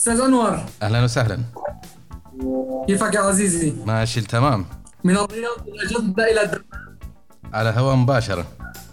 أستاذ أنور، أهلا وسهلا. كيفك يا عزيزي؟ ماشي تمام. من الرياض إلى جدة إلى الدمام على هواء مباشرة.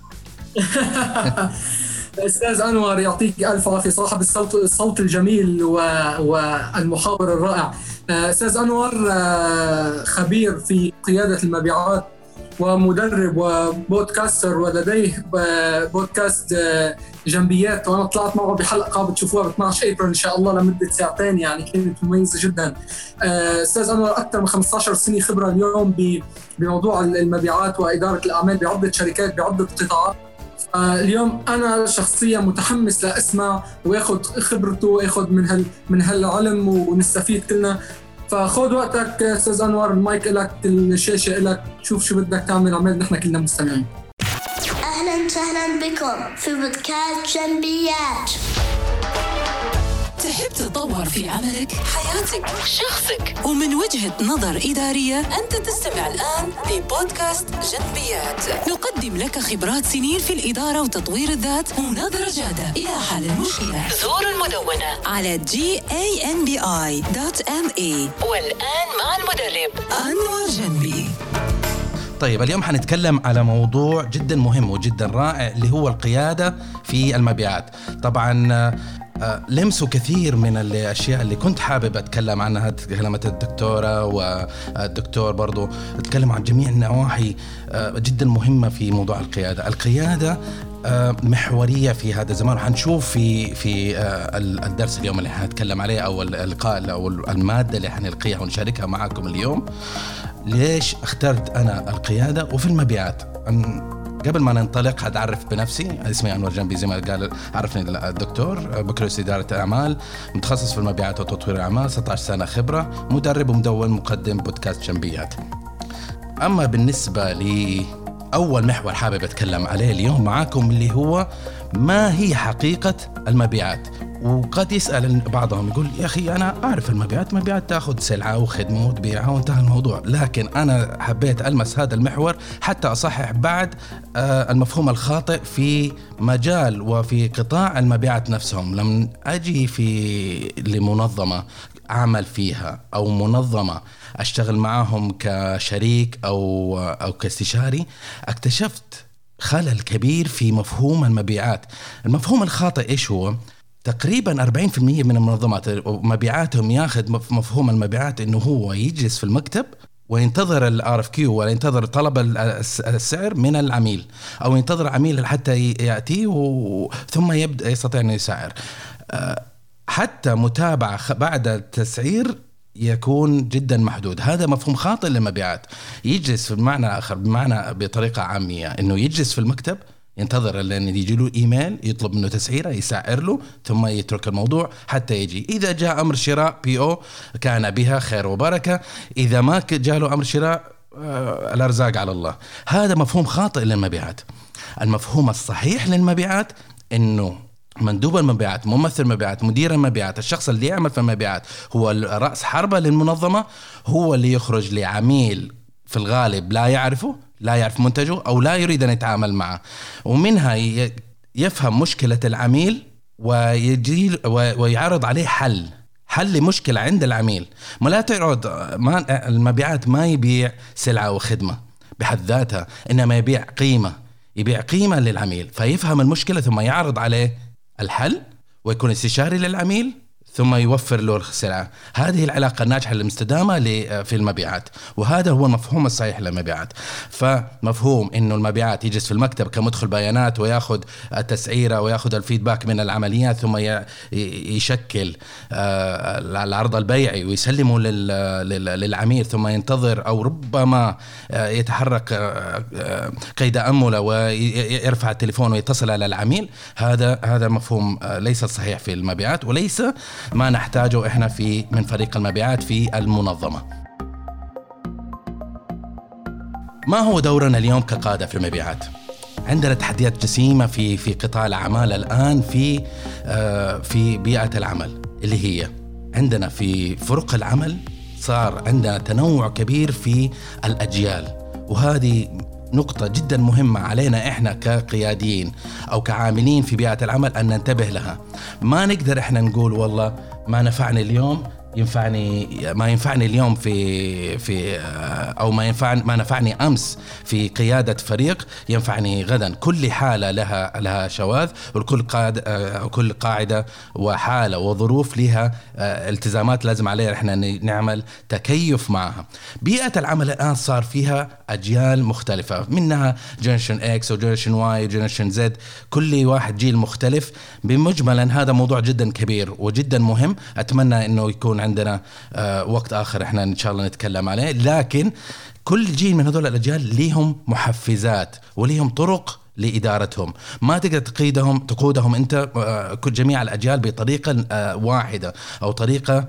أستاذ أنور يعطيك ألف عافية، صاحب الصوت الجميل والمحاور الرائع. أستاذ أنور خبير في قيادة المبيعات ومدرب وبودكاستر، ولديه بودكاست جنبيات، وأنا طلعت معه بحلقة بتشوفوها ب 12 أبريل إن شاء الله لمدة ساعتين، يعني كانت مميزة جدا. أستاذ أنور أكثر من 15 سنة خبرة اليوم بموضوع المبيعات وإدارة الأعمال بعدة شركات بعدة قطاعات. اليوم أنا شخصيا متحمس لأسمع وأخذ خبرته وأخذ من هالعلم ونستفيد كلنا. فخذ وقتك أستاذ أنور، المايك لك، الشاشة لك، شوف شو بدك تعمل، عمل نحن كلنا مستمعين. أهلا وسهلا بكم في بودكاست جنبيات. تحب تتطور في عملك، حياتك، شخصك، ومن وجهة نظر إدارية؟ أنت تستمع الآن لبودكاست جنبيات. نقدم لك خبرات سنين في الإدارة وتطوير الذات ونظرة جادة إلى حل المشكلة. زور المدونة على gambi.me. والآن مع المدرب أنور جنبي. طيب اليوم حنتكلم على موضوع جدا مهم وجدا رائع اللي هو القيادة في المبيعات. طبعا لمسوا كثير من الأشياء اللي كنت حابب أتكلم عنها. تكلمت الدكتورة والدكتور برضو تكلم عن جميع النواحي جدا مهمة في موضوع القيادة. القيادة محورية في هذا الزمان، وحنشوف في الدرس اليوم اللي حنتكلم عليه أو اللقاء أو المادة اللي حنلقيها ونشاركها معكم اليوم. ليش اخترت أنا القيادة وفي المبيعات؟ قبل ما ننطلق هتعرف بنفسي. اسمي أنور جنبي، زي ما قال عرفني الدكتور، بكالوريوس إدارة أعمال، متخصص في المبيعات وتطوير الأعمال، 16 سنة خبرة، مدرب ومدون، مقدم بودكاست جنبيات. أما بالنسبة لأول محور حابب أتكلم عليه اليوم معاكم اللي هو ما هي حقيقة المبيعات. وقد يسأل بعضهم يقول يا أخي أنا أعرف المبيعات تأخذ سلعة وخدمة وتبيعها وانتهى الموضوع، لكن أنا حبيت ألمس هذا المحور حتى أصحح بعد المفهوم الخاطئ في مجال وفي قطاع المبيعات نفسهم. لما أجي لمنظمة أعمل فيها أو منظمة أشتغل معهم كشريك أو كاستشاري، اكتشفت خلل كبير في مفهوم المبيعات. المفهوم الخاطئ إيش هو؟ تقريبا 40% من المنظمات مبيعاتهم ياخذ مفهوم المبيعات انه هو يجلس في المكتب وينتظر الRFQ ولا ينتظر طلب السعر من العميل، او ينتظر عميل حتى ياتي ثم يبدا يستطيع ان يسعر. حتى متابعه بعد التسعير يكون جدا محدود. هذا مفهوم خاطئ للمبيعات. يجلس بمعنى آخر، بمعنى بطريقة عامية، إنه يجلس في المكتب ينتظر لأن يجي له إيميل يطلب منه تسعيرة يسعر له ثم يترك الموضوع حتى يجي. إذا جاء أمر شراء PO كان بها خير وبركة، إذا ما جاء له أمر شراء الأرزاق على الله. هذا مفهوم خاطئ للمبيعات. المفهوم الصحيح للمبيعات إنه مندوب المبيعات، ممثل المبيعات، مدير المبيعات، الشخص اللي يعمل في المبيعات هو رأس حربة للمنظمة، هو اللي يخرج لعميل في الغالب لا يعرفه، لا يعرف منتجه أو لا يريد أن يتعامل معه، ومنها يفهم مشكلة العميل ويعرض عليه حل لمشكلة عند العميل. ما لا تعرض المبيعات ما يبيع سلعة وخدمة بحد ذاتها، إنما يبيع قيمة للعميل، فيفهم المشكلة ثم يعرض عليه الحل ويكون استشاري للعميل ثم يوفر له السلعة. هذه العلاقة الناجحة المستدامة في المبيعات، وهذا هو المفهوم الصحيح للمبيعات. فمفهوم إنه المبيعات يجلس في المكتب كمدخل بيانات ويأخذ التسعيرة ويأخذ الفيدباك من العمليات ثم يشكل العرض البيعي ويسلمه للعميل ثم ينتظر أو ربما يتحرك قيد أمولة ويرفع التليفون ويتصل على العميل. هذا مفهوم ليس صحيح في المبيعات، وليس ما نحتاجه إحنا من فريق المبيعات في المنظمة. ما هو دورنا اليوم كقادة في المبيعات؟ عندنا تحديات جسيمة في قطاع الأعمال الآن في بيئة العمل، اللي هي عندنا في فرق العمل صار عندنا تنوع كبير في الأجيال، وهذه نقطة جدا مهمة علينا إحنا كقياديين أو كعاملين في بيئة العمل أن ننتبه لها. ما نقدر إحنا نقول والله ما نفعني اليوم ما ينفعني اليوم في أو ما نفعني أمس في قيادة فريق ينفعني غدا. كل حالة لها شواذ، وكل قاعدة وحالة وظروف لها التزامات لازم عليها إحنا نعمل تكيف معها. بيئة العمل الآن صار فيها أجيال مختلفة، منها جنريشن إكس وجنريشن واي وجنريشن زد، كل واحد جيل مختلف. بمجملا هذا موضوع جدا كبير وجدا مهم، أتمنى إنه يكون عندنا وقت آخر إحنا إن شاء الله نتكلم عليه. لكن كل جيل من هذول الأجيال ليهم محفزات وليهم طرق لإدارتهم، ما تقدر تقودهم أنت جميع الأجيال بطريقة واحدة أو طريقة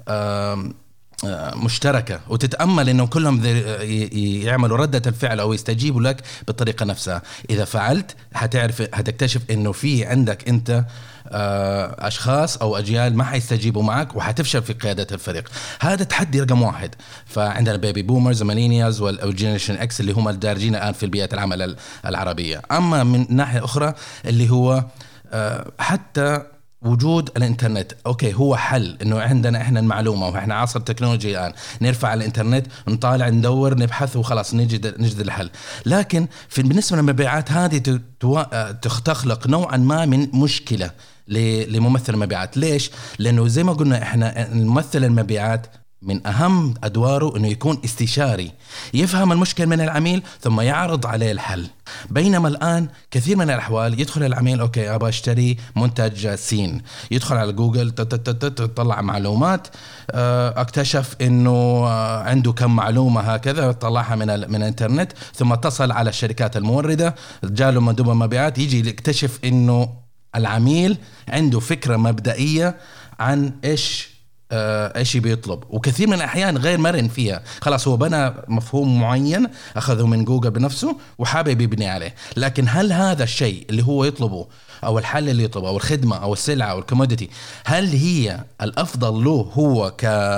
مشتركة، وتتأمل إنه كلهم يعملوا ردة الفعل أو يستجيبوا لك بالطريقة نفسها. إذا فعلت هتكتشف إنه في عندك أنت أشخاص أو أجيال ما حيستجيبوا معك وحتفشل في قيادة الفريق. هذا تحدي رقم 1. فعندنا بيبي بومرز وميلينيالز والجينيريشن إكس اللي هم الدارجين الآن في البيئة العمل العربية. أما من ناحية أخرى اللي هو حتى وجود الانترنت، اوكي هو حل انه عندنا احنا المعلومه واحنا عصر التكنولوجيا الان، نرفع على الانترنت نطالع ندور نبحث وخلاص نجد الحل. لكن بالنسبه للمبيعات هذه تخلق نوعا ما من مشكله لممثل المبيعات. ليش؟ لانه زي ما قلنا احنا ممثل المبيعات من أهم أدواره أنه يكون استشاري، يفهم المشكلة من العميل ثم يعرض عليه الحل. بينما الآن كثير من الأحوال يدخل العميل أوكي أبغى أشتري منتج سين، يدخل على جوجل تطلع معلومات، اكتشف أنه عنده كم معلومة هكذا طلعها من الانترنت، ثم اتصل على الشركات الموردة، جاله مندوب المبيعات يجي يكتشف أنه العميل عنده فكرة مبدئية عن إيش بيطلب، وكثير من الأحيان غير مرن فيها. خلاص هو بنى مفهوم معين أخذه من جوجل بنفسه وحابب يبني عليه. لكن هل هذا الشيء اللي هو يطلبه أو الحل اللي يطلبه أو الخدمة أو السلعة أو الكوموديتي هل هي الأفضل له هو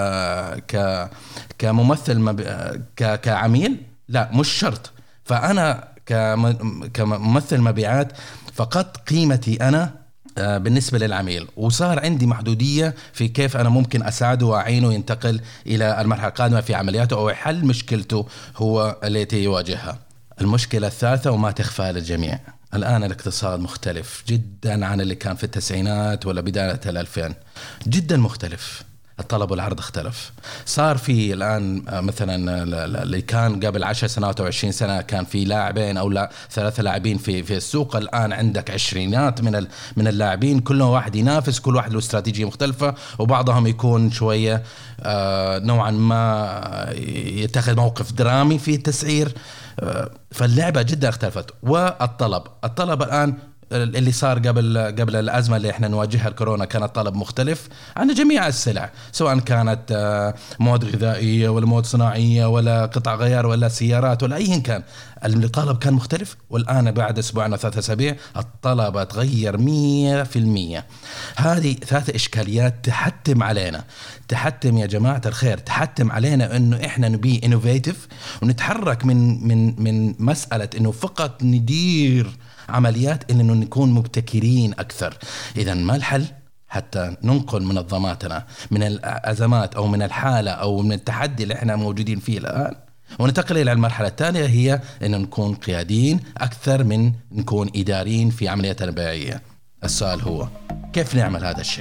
كممثل كعميل؟ لا، مش شرط. فأنا كممثل مبيعات فقط قيمتي أنا بالنسبة للعميل، وصار عندي محدودية في كيف أنا ممكن أساعده وأعينه ينتقل إلى المرحلة القادمة في عملياته أو حل مشكلته هو التي يواجهها. المشكلة الثالثة وما تخفى للجميع، الآن الاقتصاد مختلف جدا عن اللي كان في التسعينات ولا بداية 2000، جدا مختلف. الطلب والعرض اختلف. صار في الآن مثلا اللي كان قبل 10 سنوات أو 20 سنة كان في لاعبين أو 3 لاعبين في السوق، الآن عندك عشرينات من اللاعبين، كل واحد ينافس، كل واحد له استراتيجية مختلفة، وبعضهم يكون شوية نوعا ما يتخذ موقف درامي في التسعير. فاللعبة جدا اختلفت. والطلب الآن اللي صار قبل الأزمة اللي احنا نواجهها الكورونا كان الطلب مختلف عن جميع السلع، سواء كانت مواد غذائية ولا مواد صناعية ولا قطع غيار ولا سيارات ولا أي كان، الطلب كان مختلف. والآن بعد أسبوعين 3 أسابيع الطلب تغير 100%. هذه 3 إشكاليات تحتم علينا، تحتم يا جماعة الخير، تحتم علينا إنه إحنا نبي إنوفيتيف ونتحرك من مسألة إنه فقط ندير عمليات إنه نكون مبتكرين أكثر. إذن ما الحل حتى ننقل منظماتنا من الأزمات أو من الحالة أو من التحدي اللي إحنا موجودين فيه الآن وننتقل إلى المرحلة الثانية، هي إن نكون قياديين أكثر من نكون إداريين في عملياتنا البيعية. السؤال هو كيف نعمل هذا الشيء؟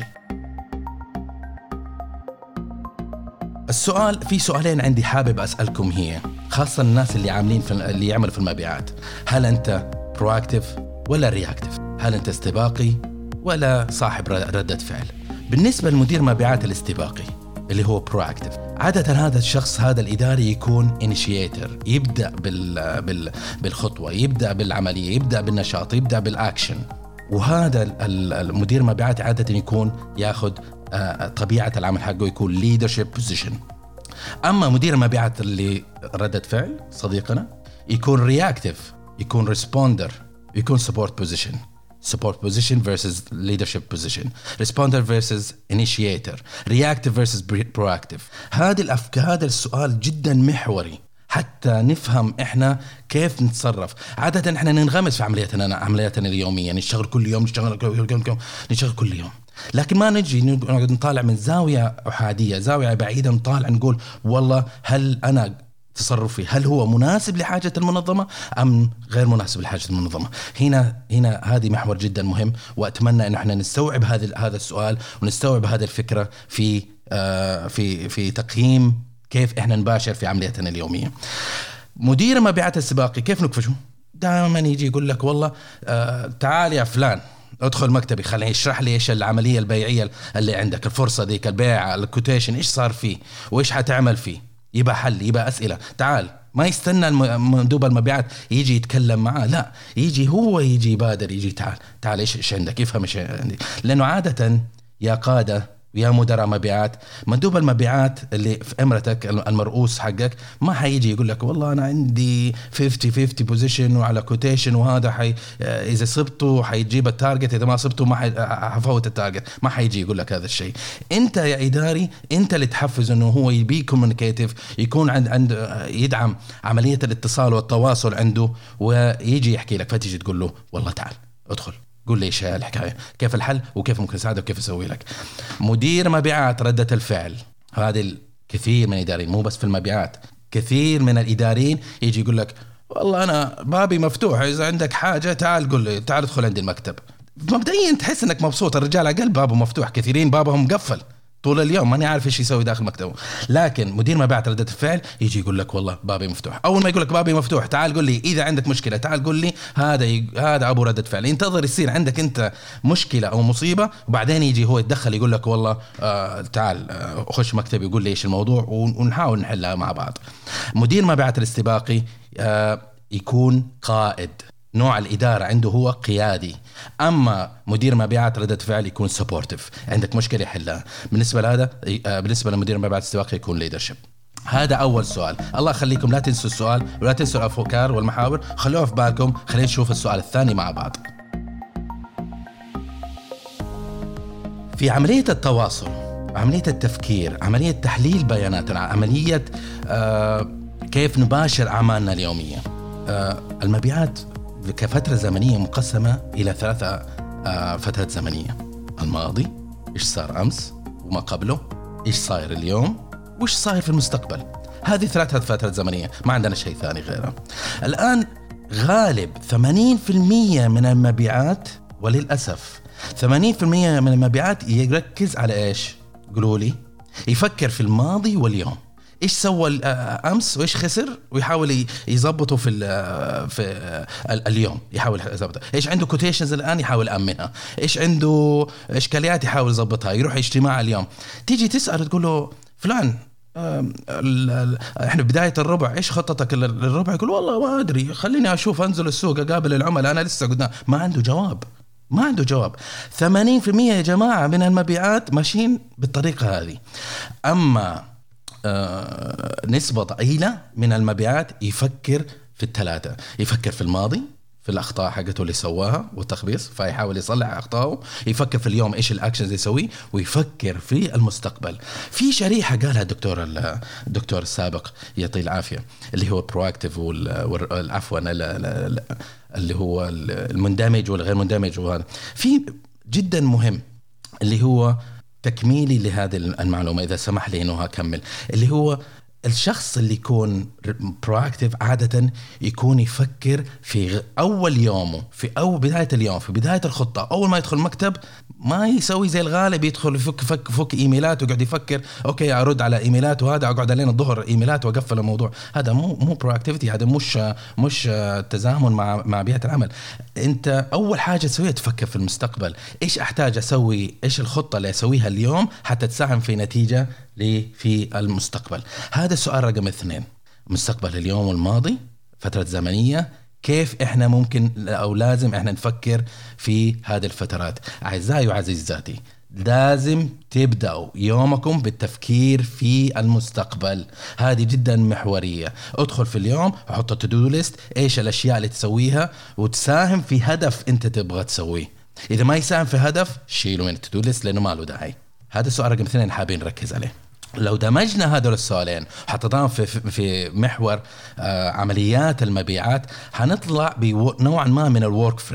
السؤال في سؤالين عندي حابب أسألكم، هي خاصة الناس اللي يعملوا في المبيعات. هل أنت proactive ولا reactive؟ هل أنت استباقي ولا صاحب ردة فعل؟ بالنسبة للمدير مبيعات الاستباقي اللي هو proactive، عادة هذا الشخص هذا الإداري يكون initiator، يبدأ بالخطوة، يبدأ بالعملية، يبدأ بالنشاط، يبدأ بالأكشن. وهذا المدير مبيعات عادة يكون ياخذ طبيعة العمل حقه يكون leadership position. أما مدير مبيعات اللي ردة فعل صديقنا يكون reactive، يكون responder، يكون support position versus leadership position، responder versus initiator، reactive versus proactive. هذا السؤال جدا محوري حتى نفهم إحنا كيف نتصرف. عادة إحنا ننغمس في عملياتنا اليومية، نشتغل كل يوم، نشتغل كل يوم. لكن ما نجي نقعد نطالع من زاوية أحادية، زاوية بعيدة، نطالع نقول والله هل أنا تصرفي هل هو مناسب لحاجة المنظمة أم غير مناسب لحاجة المنظمة. هنا هذه محور جدا مهم، وأتمنى أن احنا نستوعب هذا السؤال ونستوعب هذه الفكرة في تقييم كيف احنا نباشر في عملياتنا اليومية. مدير مبيعات السباقي كيف نكفشه؟ دائما يجي يقول لك والله تعال يا فلان ادخل مكتبي خليني يشرح لي ايش العملية البيعية اللي عندك، الفرصة ديك، البيع، الكوتيشن، ايش صار فيه وايش حتعمل فيه. يبقى حل، يبقى أسئلة. تعال، ما يستنى مندوب المبيعات يجي يتكلم معاه، لا يجي هو يجي يبادر، يجي تعال ايش عندك، يفهم ايش عندي. لأنه عادة يا قادة ويا مدراء مبيعات، مندوب المبيعات اللي في امرتك المرؤوس حقك ما حيجي يقول لك والله انا عندي 50-50 بوزيشن وعلى كوتيشن وهذا اذا صبته حيجيب التارجت، اذا ما صبته ما حفوت التارجت. ما حيجي يقول لك هذا الشيء. انت يا اداري انت اللي تحفز انه هو يبي كوميونيكيتيف، يكون عند يدعم عمليه الاتصال والتواصل عنده، ويجي يحكي لك، فتيجي تقول له والله تعال ادخل قول لي ايش الحكايه، كيف الحل وكيف ممكن اساعدك وكيف اسوي لك. مدير مبيعات ردة الفعل، هذه الكثير من الاداريين، مو بس في المبيعات، كثير من الاداريين يجي يقول لك والله انا بابي مفتوح، اذا عندك حاجه تعال قول لي، تعال ادخل عندي المكتب. مبدئيا تحس انك مبسوط، الرجال اقل بابه مفتوح، كثيرين بابهم مقفل طول اليوم ماني عارف ايش يسوي داخل مكتبه. لكن مدير مبيعات ردة الفعل يجي يقول لك والله بابي مفتوح. اول ما يقول لك بابي مفتوح تعال قول لي اذا عندك مشكله، تعال قول لي، هذا ابو ردة فعل. ينتظر يصير عندك انت مشكله او مصيبه وبعدين يجي هو يتدخل يقول لك والله تعال خش مكتبي وقول لي ايش الموضوع ونحاول نحلها مع بعض. مدير مبيعات الاستباقي يكون قائد، نوع الإدارة عنده هو قيادي. أما مدير مبيعات ردة فعل يكون سبورتيف، عندك مشكلة يحلها. بالنسبة لمدير مبيعات الاستباقي يكون ليدرشيب. هذا أول سؤال. الله يخليكم لا تنسوا السؤال ولا تنسوا الأفكار والمحاور، خلوها في بالكم. خلينا نشوف السؤال الثاني مع بعض. في عملية التواصل، عملية التفكير، عملية تحليل بياناتنا، عملية كيف نباشر أعمالنا اليومية، المبيعات كفترة زمنية مقسمة إلى 3 فترات زمنية: الماضي، إيش صار أمس وما قبله، إيش صاير اليوم وإيش صاير في المستقبل. هذه 3 فترات زمنية، ما عندنا شيء ثاني غيرها. الآن غالب 80% من المبيعات، وللأسف 80% من المبيعات يركز على إيش؟ قولوا لي. يفكر في الماضي واليوم، ايش سوى امس وايش خسر، ويحاول يضبطه في اليوم، يحاول يضبطه. ايش عنده كوتيشنز الان يحاول يامنها، ايش عنده اشكاليات يحاول يضبطها، يروح اجتماع اليوم. تيجي تسال تقول له فلان احنا بدايه الربع ايش خطتك للربع؟ يقول والله ما ادري، خليني اشوف، انزل السوق اقابل العملاء، انا لسه قدام. ما عنده جواب. 80% يا جماعه من المبيعات ماشيين بالطريقه هذه. اما نسبة ضئيلة من المبيعات يفكر في ال3، يفكر في الماضي، في الأخطاء حقته اللي سواها والتخبيص فيحاول يصلح أخطائه، يفكر في اليوم إيش الأكشنز يسوي، ويفكر في المستقبل. في شريحة قالها الدكتور السابق يعطيه العافية اللي هو proactive والعفو اللي هو المندمج والغير مندمج، وهذا في جدا مهم اللي هو تكميلي لهذه المعلومة إذا سمح لي إنه أكمل، اللي هو الشخص اللي يكون proactive عادة يكون يفكر في أول يومه، في بداية اليوم، في بداية الخطة. أول ما يدخل مكتب ما يسوي زي الغالب يدخل يفك إيميلات ويقعد يفكر أوكي أرد على إيميلات وهذا أقعد علينا الظهر إيميلات وأقفل الموضوع. هذا مو proactivity، هذا مش تزامن مع بيئة العمل. أنت أول حاجة تسويها تفكر في المستقبل، إيش أحتاج أسوي، إيش الخطة اللي أسويها اليوم حتى تساهم في نتيجة في المستقبل. هذا السؤال رقم 2. مستقبل اليوم والماضي، فترة زمنية، كيف إحنا ممكن أو لازم إحنا نفكر في هذه الفترات. أعزائي وعزيزاتي، لازم تبدأوا يومكم بالتفكير في المستقبل. هذه جدا محورية. ادخل في اليوم وحط التو-دو ليست، إيش الأشياء اللي تسويها وتساهم في هدف أنت تبغى تسويه. إذا ما يساهم في هدف شيله من التو-دو ليست لأنه ما له داعي. هذا السؤال رقم 2 حابين نركز عليه. لو دمجنا هذول السؤالين وحطيناهم في محور عمليات المبيعات، هنطلع بنوعا ما من الورك فريم.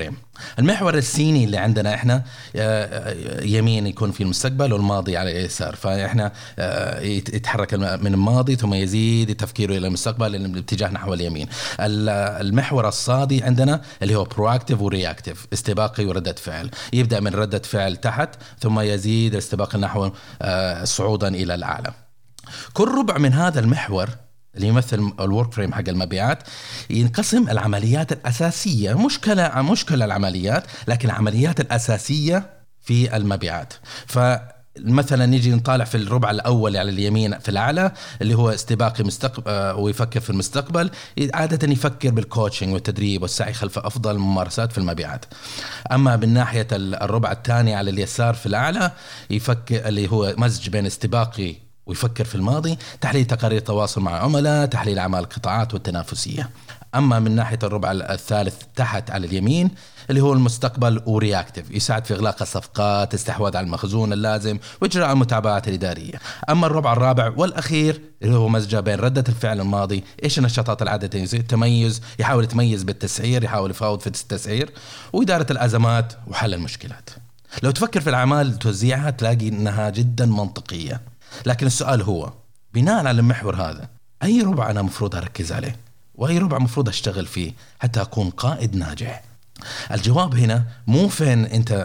المحور السيني اللي عندنا احنا يمين يكون في المستقبل والماضي على اليسار، فاحنا يتحرك من الماضي ثم يزيد تفكيره الى المستقبل الاتجاه نحو اليمين. المحور الصادي عندنا اللي هو proactive ورياكتيف، استباقي وردة فعل، يبدأ من ردة فعل تحت ثم يزيد استباقا نحو صعودا الى الاعلى. كل ربع من هذا المحور اللي يمثل الورك فريم حق المبيعات ينقسم العمليات الأساسية، مشكلة العمليات، لكن العمليات الأساسية في المبيعات. فمثلا نيجي نطالع في الربع الأول على اليمين في الأعلى اللي هو استباقي ويفكر في المستقبل، عادة يفكر بالكوتشنج والتدريب والسعي خلف أفضل ممارسات في المبيعات. أما من ناحية الربع الثاني على اليسار في الأعلى يفكر اللي هو مزج بين استباقي ويفكر في الماضي، تحليل تقارير التواصل مع عملاء، تحليل أعمال القطاعات والتنافسية. أما من ناحية الربع الثالث تحت على اليمين اللي هو المستقبل ورياكتيف، يساعد في إغلاق الصفقات، استحواذ على المخزون اللازم وإجراء المتابعات الإدارية. أما الربع الرابع والأخير اللي هو مزجة بين ردة الفعل الماضي، إيش النشاطات العادة التميز، يحاول يتميز بالتسعير، يحاول يفاوض في التسعير، وإدارة الأزمات وحل المشكلات. لو تفكر في الأعمال توزيعها تلاقي إنها جدا منطقية، لكن السؤال هو بناء على المحور هذا أي ربع أنا مفروض أركز عليه وأي ربع مفروض أشتغل فيه حتى أكون قائد ناجح؟ الجواب هنا مو فين أنت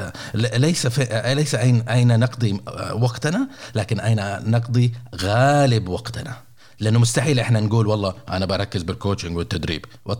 ليس أين نقضي وقتنا، لكن أين نقضي غالب وقتنا. لأنه مستحيل إحنا نقول والله أنا بركز بالكوتشنج والتدريب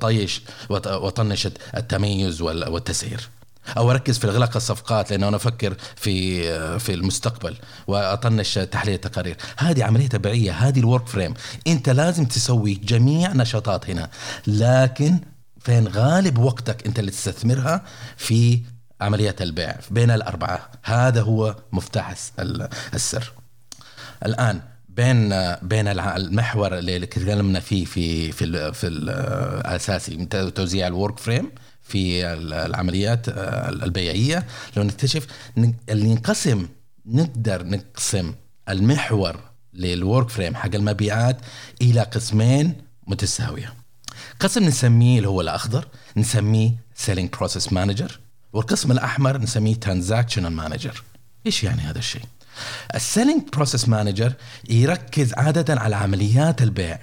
وطنش التميز والتسعير، أو أركز في إغلاق الصفقات لأنه أنا أفكر في المستقبل وأطنش تحليل التقارير. هذه عملية تبعية، هذه الورك فريم. أنت لازم تسوي جميع نشاطات هنا، لكن فين غالب وقتك أنت اللي تستثمرها في عملية البيع بين الأربعة. هذا هو مفتاح السر. الآن بين المحور اللي تكلمنا فيه في الأساسي من توزيع الورك فريم في العمليات البيعية، لو نكتشف اللي نقدر نقسم المحور للورك فريم حق المبيعات إلى قسمين متساوية. قسم نسميه اللي هو الأخضر نسميه Selling Process Manager، والقسم الأحمر نسميه Transactional Manager. إيش يعني هذا الشيء؟ السيلينج بروسيس مانجر يركز عادة على عمليات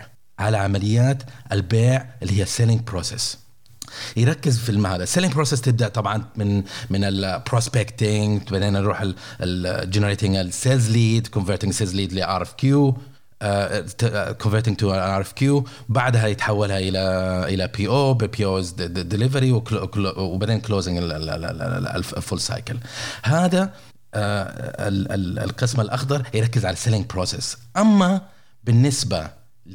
البيع اللي هي السيلينج بروسيس. يركز في هذا السيلينج بروسيس. تبدا طبعا من البروسبكتنج، بعدين نروح الجنريتنج السيلز ليد، كونفرتنج سيلز ليد ل RFQ، converting to RFQ، بعدها يتحولها الى PO، PO's delivery، وبعدين closing الفول سايكل. هذا القسم الأخضر يركز على السيلينج بروسيس. أما بالنسبة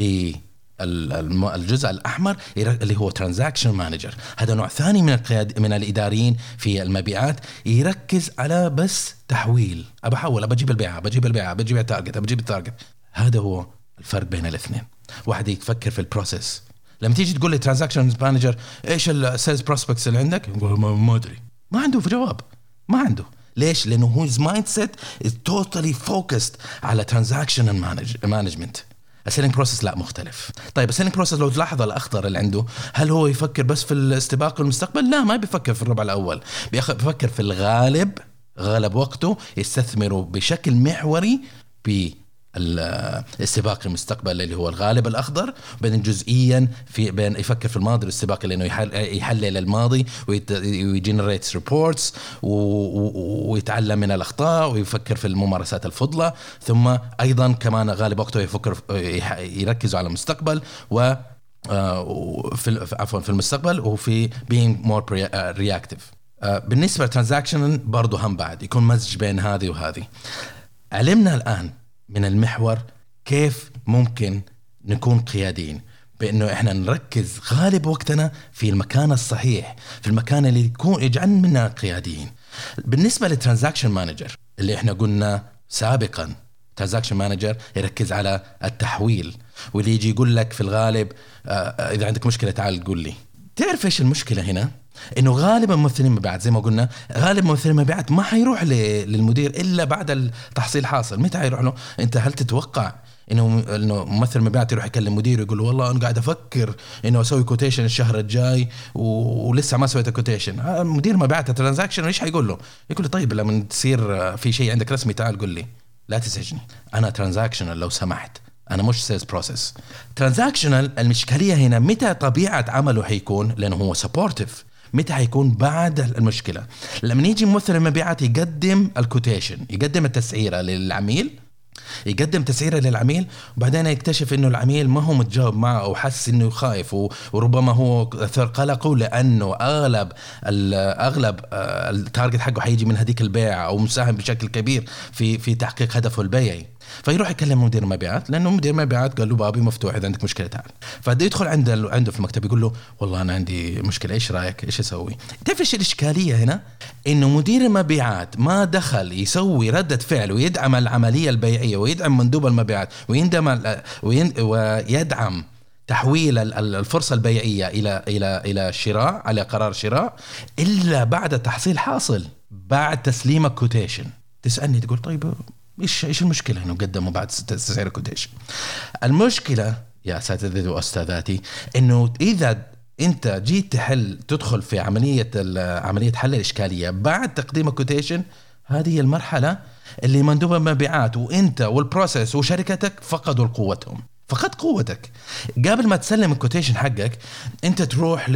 للجزء الأحمر اللي هو ترانزاكشن مانجر، هذا نوع ثاني من الإداريين في المبيعات، يركز على بس تحويل، أبحول، بجيب البيعة، بجيب التارجت. هذا هو الفرق بين الاثنين. واحد يفكر في البروسيس. لما تيجي تقول لي ترانزاكشن مانجر ايش السيلز بروسبكتس اللي عندك، يقول ما ادري، ما عنده في جواب، ما عنده. ليش؟ لأنه his mindset is totally focused على transaction management. السيلينج بروسيس لا، مختلف. طيب السيلينج بروسيس لو تلاحظ الأخضر اللي عنده، هل هو يفكر بس في الاستباق والمستقبل؟ لا، ما بيفكر في الربع الأول، بيفكر في الغالب. غالب وقته يستثمره بشكل محوري الاستباق المستقبل اللي هو الغالب الأخضر، بعدين جزئيا بين يفكر في الماضي والاستباق لأنه يحلل الماضي ويجنريت ريبورتس ويتعلم من الأخطاء ويفكر في الممارسات الفضلة. ثم أيضا كمان غالب وقته يركز على المستقبل في المستقبل وفي being more reactive. بالنسبة للترانزاكشن برضو هم بعد يكون مزج بين هذه وهذه. علمنا الآن من المحور كيف ممكن نكون قياديين، بأنه إحنا نركز غالب وقتنا في المكان الصحيح، في المكان اللي يجعل منا قياديين. بالنسبة للترانزاكشن مانجر اللي إحنا قلنا سابقا، ترانزاكشن مانجر يركز على التحويل، واللي يجي يقول لك في الغالب إذا عندك مشكلة تعال قول لي. تعرف إيش المشكلة هنا؟ إنه غالبا ممثلين مبيعات زي ما قلنا، غالب ممثلين مبيعات ما حيروح للمدير إلا بعد التحصيل حاصل. متى حيروح له؟ أنت هل تتوقع انه ممثل مبيعات يروح يكلم مديره يقول له والله انا قاعد افكر انه اسوي كوتيشن الشهر الجاي ولسه ما سويت كوتيشن. مدير مبيعات ترانزاكشن ايش حيقول له؟ يقول له طيب لما تصير في شيء عندك رسمي تعال قل لي، لا تزعجني، انا ترانزاكشنال لو سمحت، انا مش سيلز بروسيس. ترانزاكشنال المشكليه هنا متى طبيعه عمله حيكون، لانه هو سبورتيف، متى حيكون بعد المشكله. لما يجي ممثل المبيعات يقدم الكوتيشن، يقدم التسعيره للعميل، يقدم تسعيره للعميل، وبعدين يكتشف انه العميل ما هو متجاوب معه او حس انه خايف وربما هو اثر قلقه لانه اغلب التارجت حقه حيجي من هذيك البيعه او مساهم بشكل كبير في تحقيق هدفه البيعي. فيروح يكلم مدير المبيعات لانه مدير المبيعات قال له بابي مفتوح اذا عندك مشكله تعال. فبده يدخل عنده في المكتب يقول له والله انا عندي مشكله، ايش رايك، ايش اسوي؟ تعرف الاشكاليه هنا انه مدير المبيعات ما دخل يسوي رده فعل ويدعم العمليه البيعيه ويدعم مندوب المبيعات ويدعم تحويل الفرصه البيعيه الى شراء، على قرار شراء، الا بعد تحصيل حاصل، بعد تسليم الكوتيشن. تسالني تقول طيب ايش المشكله انه قدموا بعد تسعير الكوتيشن؟ المشكله يا اساتذتي واستاذاتي انه اذا انت جيت تدخل في عمليه حل الاشكاليه بعد تقديم الكوتيشن، هذه المرحله اللي مندوب المبيعات وانت والبروسيس وشركتك فقدوا قوتهم. فقد قوتك. قبل ما تسلم الكوتيشن حقك انت تروح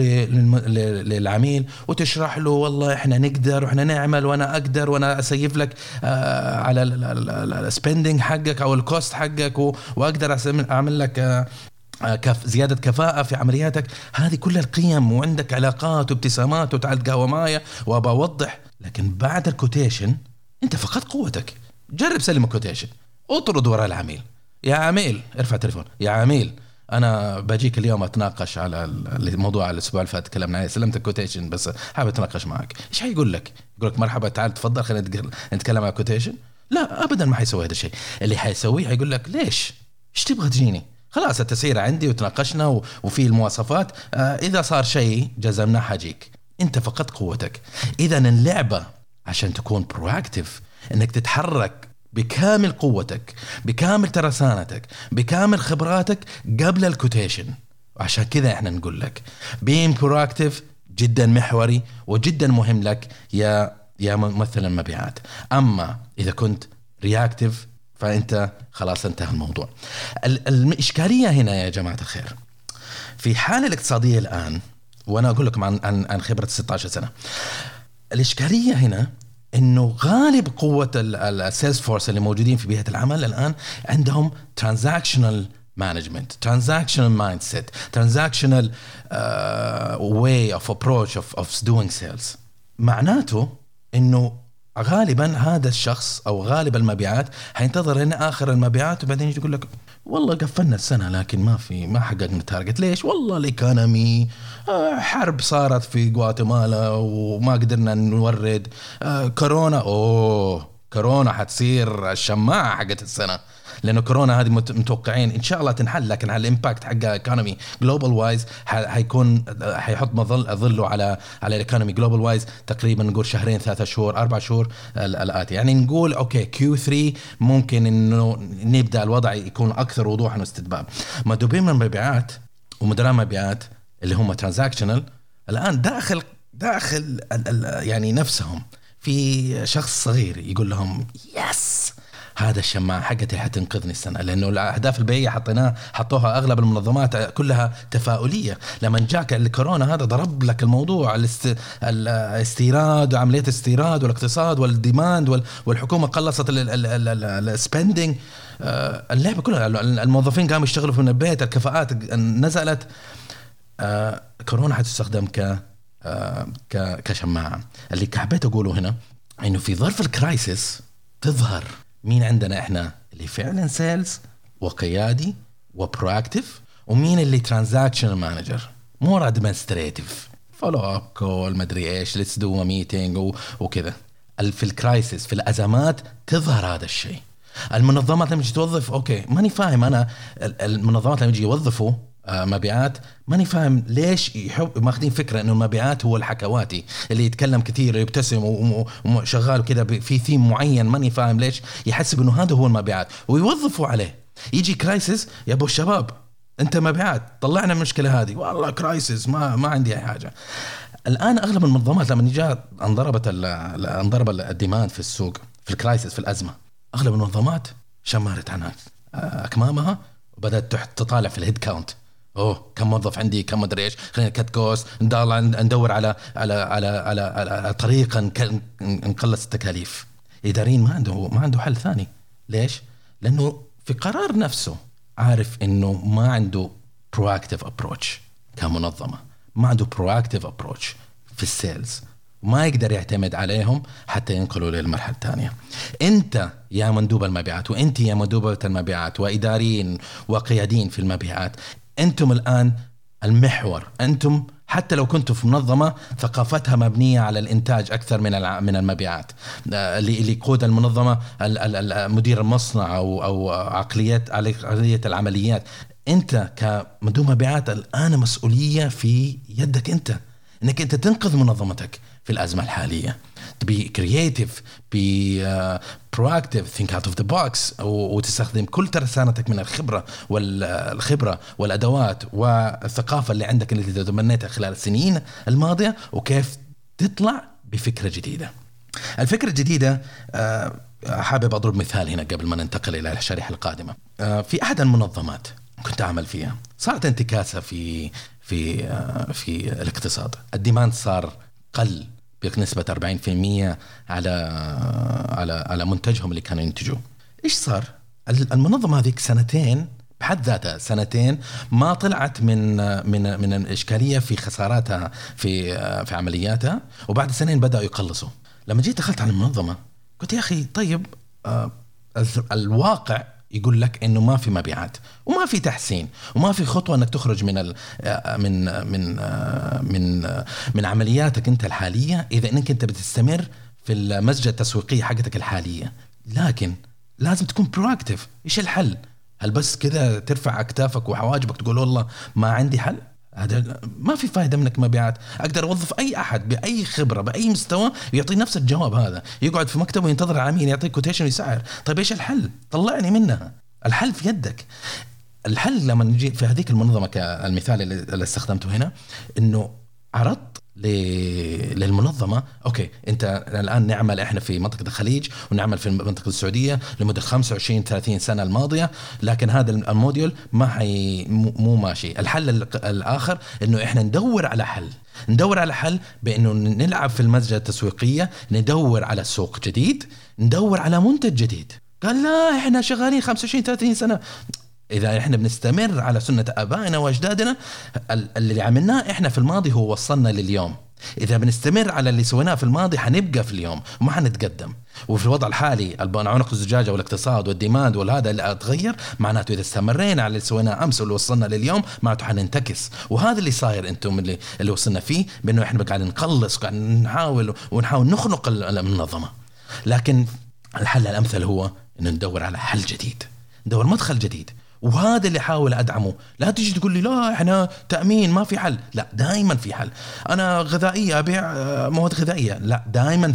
للعميل وتشرح له والله احنا نقدر واحنا نعمل وانا اقدر وانا اسيف لك على السبندنج حقك او الكوست حقك واقدر اعمل لك زيادة كفاءة في عملياتك. هذه كل القيم وعندك علاقات وابتسامات وتعال قهوة معايا وبوضح. لكن بعد الكوتيشن انت فقدت قوتك. جرب سلم الكوتيشن، اطرد وراء العميل، يا عميل ارفع تليفون، يا عميل انا باجيك اليوم اتناقش على الموضوع الاسبوع اللي فات تكلمنا عليه، سلمت الكوتيشن بس حابب اتناقش معك. ايش حيقول لك؟ يقول لك مرحبا تعال تفضل خلينا نتكلم على الكوتيشن؟ لا ابدا ما حيسوي هذا الشيء. اللي حيسويه حيقول لك ليش ايش تبغى تجيني؟ خلاص التسعيره عندي وتناقشنا وفي المواصفات، اذا صار شيء جزمنا حاجيك. انت فقدت قوتك. اذا اللعبه عشان تكون برواكتيف انك تتحرك بكامل قوتك، بكامل ترسانتك، بكامل خبراتك قبل الكوتيشن. وعشان كذا احنا نقول لك being proactive جدا محوري وجدا مهم لك يا ممثل المبيعات. اما اذا كنت رياكتيف فانت خلاص انتهى الموضوع. الاشكاليه هنا يا جماعه الخير في الحاله الاقتصاديه الان، وانا اقول لكم عن خبره 16 سنه، الاشكاليه هنا انه غالب قوه السيلز فورس اللي موجودين في بيئه العمل الان عندهم transactional management, transactional mindset, transactional way of approach of doing sales. معناته انه غالبا هذا الشخص او غالب المبيعات هينتظر هنا اخر المبيعات وبعدين يجي يقول لك والله قفلنا السنه لكن ما حققنا التارجت. ليش؟ والله الايكونومي، حرب صارت في غواتيمالا وما قدرنا نورد، كورونا، كورونا حتصير الشماعه حقت السنه، لانه كورونا هذه متوقعين ان شاء الله تنحل، لكن على الامباكت حق الايكونومي جلوبال وايز حيحط ظله على الايكونومي جلوبال وايز تقريبا نقول 2 3 شهور 4 شهور الاتي. يعني نقول اوكي Q3 ممكن انه نبدا الوضع يكون اكثر وضوحا واستتباب. مندوبين من المبيعات ومدراء المبيعات اللي هم ترانزاكشنال الان داخل يعني نفسهم في شخص صغير يقول لهم يس هذا الشماعة حقتي حتنقذني السنة، لأنه الأهداف البيئية حطوها أغلب المنظمات كلها تفاؤلية. لما جاك الكورونا هذا ضرب لك الموضوع الاستيراد وعملية الاستيراد والاقتصاد والديماند والحكومة قلصت السبندينج، اللعبة كلها الموظفين قاموا يشتغلوا من البيت، الكفاءات نزلت. كورونا حتستخدم كشماعة. اللي حبيت أقوله هنا إنه في ظرف الكرايسيس تظهر مين عندنا احنا اللي فعلا سيلز وقيادي وبروأكتيف، ومين اللي ترانزاكشنال مانجر مور ادمنستريتيف فولو اب كول مدري ايش ليتس دو ميتينج وكذا. في الكرايسيس في الازمات تظهر هذا الشيء. المنظمات لما تجي توظف اوكي ماني فاهم انا، المنظمات لما يجي يوظفوا مبيعات ماني فاهم ليش يحب ماخذين فكرة إنه المبيعات هو الحكواتي اللي يتكلم كثير يبتسم وشغال كده في ثيم معين. ماني فاهم ليش يحسب إنه هذا هو المبيعات ويوظفوا عليه. يجي كرايسيس يا أبو الشباب أنت مبيعات طلعنا المشكلة هذه، والله كرايسيس ما عندي أي حاجة. الآن أغلب المنظمات لما جاء انضرب الديماند في السوق في الكرايسيس في الأزمة، أغلب المنظمات شمرت عنها أكمامها وبدأت تطالع في الهيد كاونت. كم موظف عندي، كم مدري ايش، خلينا كات كوست، ندور على طريقة نقلص التكاليف. إداريين ما عنده حل ثاني. ليش؟ لأنه في قرار نفسه عارف إنه ما عنده proactive approach كمنظمة، ما عنده proactive approach في السيلز، وما يقدر يعتمد عليهم حتى ينقلوا للمرحلة الثانية. أنت يا مندوب المبيعات وأنت يا مندوبة المبيعات وإداريين وقيادين في المبيعات، أنتم الآن المحور. أنتم حتى لو كنتوا في منظمة ثقافتها مبنية على الإنتاج أكثر من المبيعات، اللي يقود المنظمة مدير المصنع أو عقلية العمليات، أنت كمندوب مبيعات الآن مسؤولية في يدك أنت، إنك أنت تنقذ منظمتك في الأزمة الحالية. be creative, be proactive, think out of the box، وتستخدم كل ترسانتك من الخبرة والأدوات والثقافة اللي عندك اللي تبنيتها خلال السنين الماضية، وكيف تطلع بفكرة جديدة. الفكرة الجديدة حابب أضرب مثال هنا قبل ما ننتقل إلى الشريحة القادمة. في أحد المنظمات كنت أعمل فيها صارت انتكاسة في الاقتصاد. الديماند صار قل بنسبة 40% على منتجهم اللي كانوا ينتجوه. إيش صار؟ المنظمة هذيك سنتين بحد ذاتها، سنتين ما طلعت من الإشكالية في خساراتها في عملياتها، وبعد سنين بدأوا يقلصوا. لما جيت دخلت على المنظمة قلت يا أخي طيب الواقع يقول لك إنه ما في مبيعات وما في تحسين وما في خطوة إنك تخرج من عملياتك أنت الحالية إذا إنك أنت بتستمر في المسجة التسويقية حقتك الحالية. لكن لازم تكون proactive. إيش الحل؟ هل بس كذا ترفع أكتافك وحواجبك تقول والله ما عندي حل؟ هذا ما في فائدة منك مبيعات. أقدر أوظف أي أحد بأي خبرة بأي مستوى يعطي نفس الجواب هذا، يقعد في مكتبه وينتظر العميل يعطيه كوتيشن ويسعر. طيب إيش الحل؟ طلعني منها. الحل في يدك. الحل لما نجي في هذيك المنظمة كالمثال اللي استخدمته هنا، إنه عرضت للمنظمة أوكي أنت الآن نعمل إحنا في منطقة الخليج ونعمل في منطقة السعودية لمدة 25-30 سنة الماضية، لكن هذا الموديل مو ماشي. الحل الآخر إنه إحنا ندور على حل بإنه نلعب في المسجة التسويقية، ندور على سوق جديد، ندور على منتج جديد. قال لا إحنا شغالين 25-30 سنة. إذا إحنا بنستمر على سنة آبائنا وأجدادنا اللي عملناه إحنا في الماضي هو وصلنا لليوم. إذا بنستمر على اللي سويناه في الماضي حنبقى في اليوم وما حنتقدم. وفي الوضع الحالي عنق الزجاجة والاقتصاد والديماند والهذا اللي أتغير، معناته إذا استمرينا على اللي سويناه أمس واللي وصلنا لليوم معناته حننتكس. وهذا اللي صاير أنتم اللي وصلنا فيه، بأنه إحنا قاعدين نقلص وقاعدين نحاول نخنق المنظمة. لكن الحل الأمثل هو إنه ندور على حل جديد، ندور مدخل جديد. وهذا اللي حاول أدعمه. لا تيجي تقول لي لا إحنا تأمين ما في حل. لا، دائما في حل. أنا غذائية أبيع مواد غذائية. لا، دائما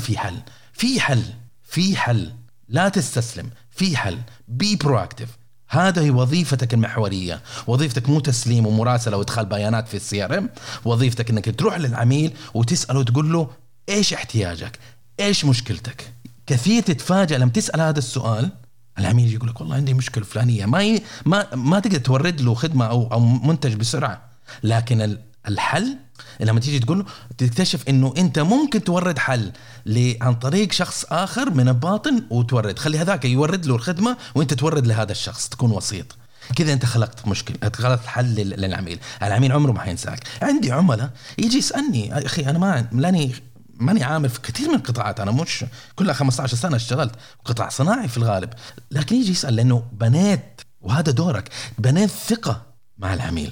في حل. لا تستسلم، في حل. be proactive. هذا هي وظيفتك المحورية. وظيفتك مو تسليم ومراسلة وادخال بيانات في CRM. وظيفتك إنك تروح للعميل وتسأله وتقول له إيش احتياجك، إيش مشكلتك. كثير تتفاجأ لما تسأل هذا السؤال، العميل يقول لك والله عندي مشكلة فلانية. ما تقدر تورد له خدمة أو منتج بسرعة. لكن الحل لما تيجي تقول له تكتشف إنه أنت ممكن تورد حل عن طريق شخص آخر من الباطن، وتورد خلي هذاك يورد له الخدمة وأنت تورد لهذا الشخص، تكون وسيط كذا. أنت خلقت مشكلة، خلقت حل للعميل. العميل عمره ما حينساك. عندي عملاء يجي يسألني أخي أنا ماني عامل في كثير من القطاعات، أنا مش كلها 15 سنة اشتغلت قطاع صناعي في الغالب، لكن يجي يسأل لأنه بنيت، وهذا دورك، بنيت ثقة مع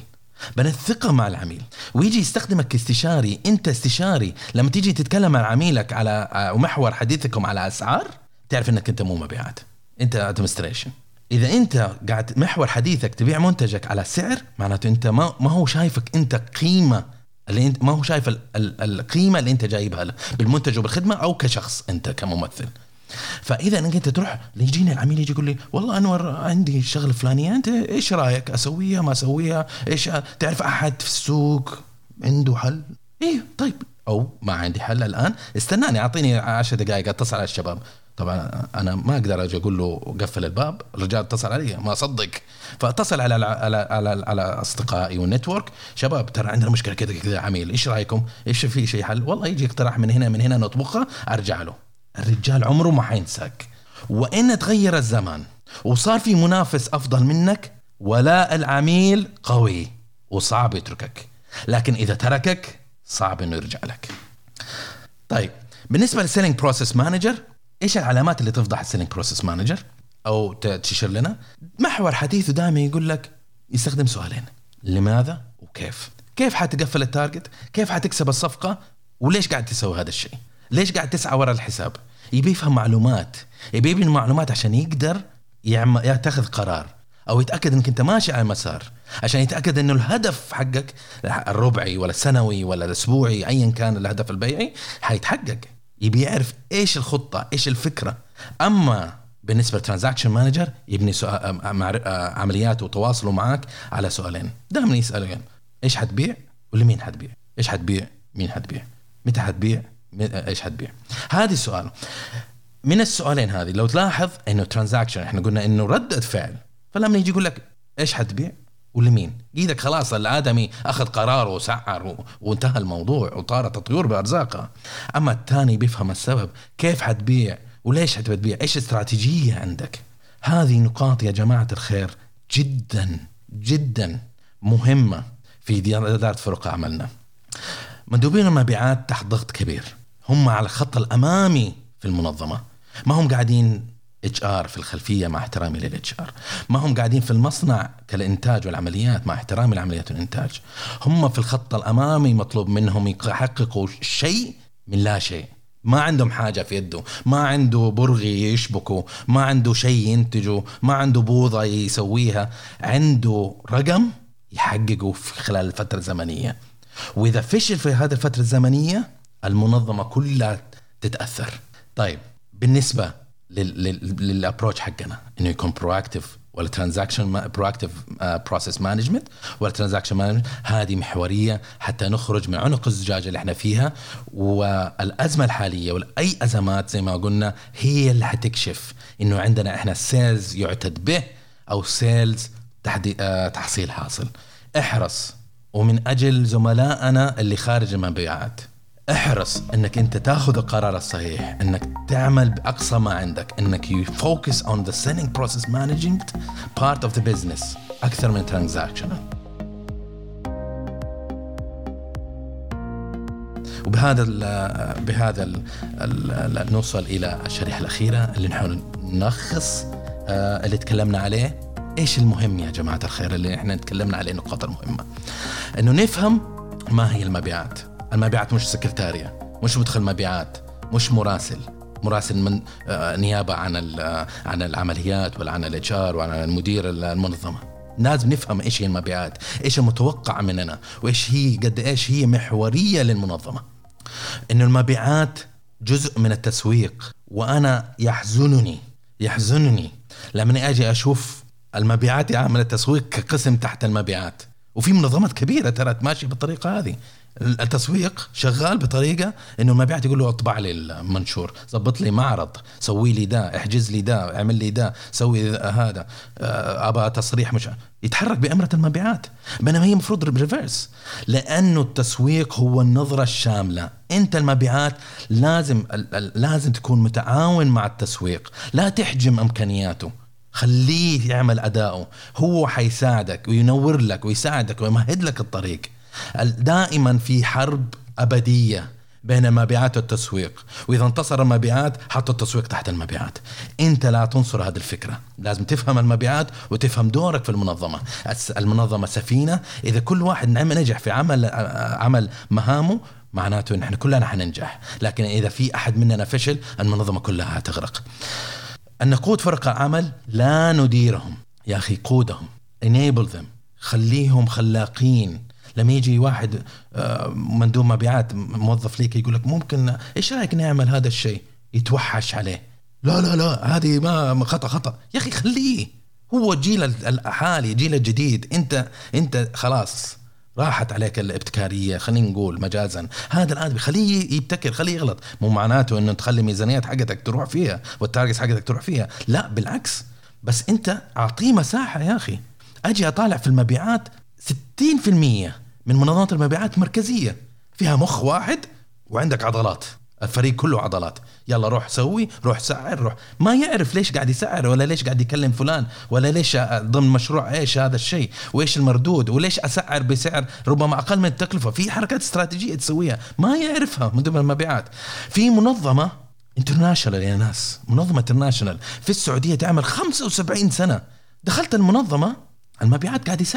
العميل، ويجي يستخدمك كاستشاري. أنت استشاري لما تيجي تتكلم مع عميلك على محور حديثكم على أسعار، تعرف أنك أنت مو مبيعات، أنت administration. إذا أنت قاعد محور حديثك تبيع منتجك على سعر، معناته أنت ما هو شايفك أنت قيمة، اللي انت ما هو شايف القيمة اللي أنت جايبها بالمنتج وبالخدمة أو كشخص أنت كممثل. فإذا أنت تروح يجيني العميل يجي يقول لي والله أنور عندي شغل فلانية، أنت إيش رأيك أسويها ما أسويها؟ إيش تعرف أحد في السوق عنده حل؟ إيه طيب، أو ما عندي حل الآن، استناني أعطيني 10 دقائق أتصل على الشباب. طبعا أنا ما أقدر أجي أقول له قفل الباب، الرجال اتصل علي ما أصدق، فاتصل على أصدقائي والنتورك، شباب ترى عندنا مشكلة كذا كذا عميل، إيش رأيكم؟ إيش في شيء حل؟ والله يجي اقتراح من هنا نطبخها، أرجع له. الرجال عمره ما حينساك. وإن تغير الزمان وصار في منافس أفضل منك، ولا العميل قوي وصعب يتركك، لكن إذا تركك صعب إنه يرجع لك. طيب بالنسبة للسيلينج بروسيس مانجر، إيش العلامات اللي تفضح السيلينج بروسيس مانجر أو تشير لنا؟ محور حديثه دائما يقول لك يستخدم سؤالين: لماذا وكيف. كيف حتقفل التارجت؟ كيف حتكسب الصفقة؟ وليش قاعد تسوي هذا الشيء؟ ليش قاعد تسعى وراء الحساب؟ يبي يفهم معلومات، يبي المعلومات عشان يقدر يتخذ قرار أو يتأكد أنك أنت ماشي على مسار، عشان يتأكد أنه الهدف حقك الربعي ولا السنوي ولا الأسبوعي أيا كان الهدف البيعي حيتحقق. يبي يعرف إيش الخطة، إيش الفكرة. أما بالنسبة للترانزاكشن مانجر يبني عمليات وتواصله معك على سؤالين دائما يسألين: إيش حتبيع ولمين حتبيع؟ إيش حتبيع؟ مين حتبيع؟ متى حتبيع؟ إيش حتبيع؟ هذه السؤال. من السؤالين هذه لو تلاحظ إنه ترانزاكشن إحنا قلنا إنه ردة فعل، فلما يجي يقول لك إيش حتبيع ولمين، إيدك خلاص الآدمي أخذ قراره وسعر وانتهى الموضوع وطارت الطيور بأرزاقها. أما الثاني بيفهم السبب، كيف حتبيع وليش حتبيع، إيش استراتيجية عندك. هذه نقاط يا جماعة الخير جدا جدا مهمة في إدارة فرق عملنا. مندوبين المبيعات تحت ضغط كبير، هم على الخط الأمامي في المنظمة، ما هم قاعدين HR في الخلفية مع احترامي للHR، ما هم قاعدين في المصنع كالإنتاج والعمليات مع احترامي لعمليات الإنتاج. هم في الخط الأمامي مطلوب منهم يحققوا شيء من لا شيء، ما عندهم حاجة في يده، ما عنده برغي يشبكه، ما عنده شيء ينتجه، ما عنده بوضة يسويها، عنده رقم يحققه في خلال الفترة الزمنية. وإذا فشل في هذه الفترة الزمنية المنظمة كلها تتأثر. طيب بالنسبة للابروتش حقنا انه يكون بروأكتيف ولا ترانزاكشن بروأكتيف بروسيس مانجمنت ولا ترانزاكشن مانجمنت، هذه محورية حتى نخرج من عنق الزجاجة اللي احنا فيها. والأزمة الحالية ولا أي أزمات زي ما قلنا هي اللي حتكشف انه عندنا احنا سيلز يعتد به او سيلز تحصيل حاصل. احرص، ومن أجل زملائنا اللي خارج المبيعات احرص انك انت تاخذ القرار الصحيح، انك تعمل باقصى ما عندك، انك you focus on the selling process management part of the business اكثر من transactional. وبهذا نوصل الى الشريحة الأخيرة اللي نحاول نلخص اللي تكلمنا عليه. ايش المهم يا جماعة الخير اللي احنا تكلمنا عليه؟ النقاط المهمة انه نفهم ما هي المبيعات. المبيعات مش سكرتارية، مش مدخل مبيعات، مش مراسل من نيابة عن العمليات ولا عن الHR وعن المدير المنظمة. لازم نفهم ايش هي المبيعات، ايش المتوقع مننا، وايش هي قد ايش هي محورية للمنظمة. انه المبيعات جزء من التسويق، وانا يحزنني لما اجي اشوف المبيعات يعمل التسويق كقسم تحت المبيعات. وفي منظمات كبيرة ترى ماشي بالطريقة هذه، التسويق شغال بطريقة انه المبيعات يقول له اطبع لي المنشور، ضبط لي معرض، سوي لي ده، احجز لي ده، اعمل لي ده، سوي هذا، ابى تصريح، مش يتحرك بأمرة المبيعات. بينما هي مفروض ريفيرس، لانه التسويق هو النظرة الشاملة. انت المبيعات لازم تكون متعاون مع التسويق، لا تحجم امكانياته، خليه يعمل أداؤه، هو حيساعدك وينور لك ويساعدك ويمهد لك الطريق. دائما في حرب أبدية بين المبيعات والتسويق، وإذا انتصر المبيعات حط التسويق تحت المبيعات. أنت لا تنصر هذه الفكرة، لازم تفهم المبيعات وتفهم دورك في المنظمة. المنظمة سفينة، إذا كل واحد نجح في عمل مهامه معناته إن إحنا كلنا حننجح، لكن إذا في أحد مننا فشل المنظمة كلها هتغرق. أن نقود فرق العمل لا نديرهم يا أخي، قودهم، enable them، خليهم خلاقين. لما يجي واحد مندوب مبيعات موظف ليك يقول لك ممكن إيش رأيك نعمل هذا الشيء، يتوحش عليه، لا هذه ما خطأ يا أخي، خليه، هو جيل الحالي، جيل الجديد، أنت خلاص راحت عليك الابتكارية، خلينا نقول مجازا. هذا الآن بخليه يبتكر، خليه يغلط. مو معناته إنه تخلي ميزانيات حقتك تروح فيها والتارجت حقتك تروح فيها، لا بالعكس، بس أنت أعطيه مساحة يا أخي. أجي أطالع في المبيعات 60% من منظمات المبيعات مركزية، فيها مخ واحد وعندك عضلات، الفريق كله عضلات، يلا روح سوي، روح سعر، روح. ما يعرف ليش قاعد يسعر، ولا ليش قاعد يكلم فلان، ولا ليش ضمن مشروع ايش هذا الشيء، وايش المردود، وليش اسعر بسعر ربما اقل من التكلفة. في حركات استراتيجية تسويها ما يعرفها من ضمن المبيعات. في منظمة انترناشنال يا ناس، منظمة انترناشنال في السعودية تعمل 75 سنة، دخلت المنظمة المبيعات قاعد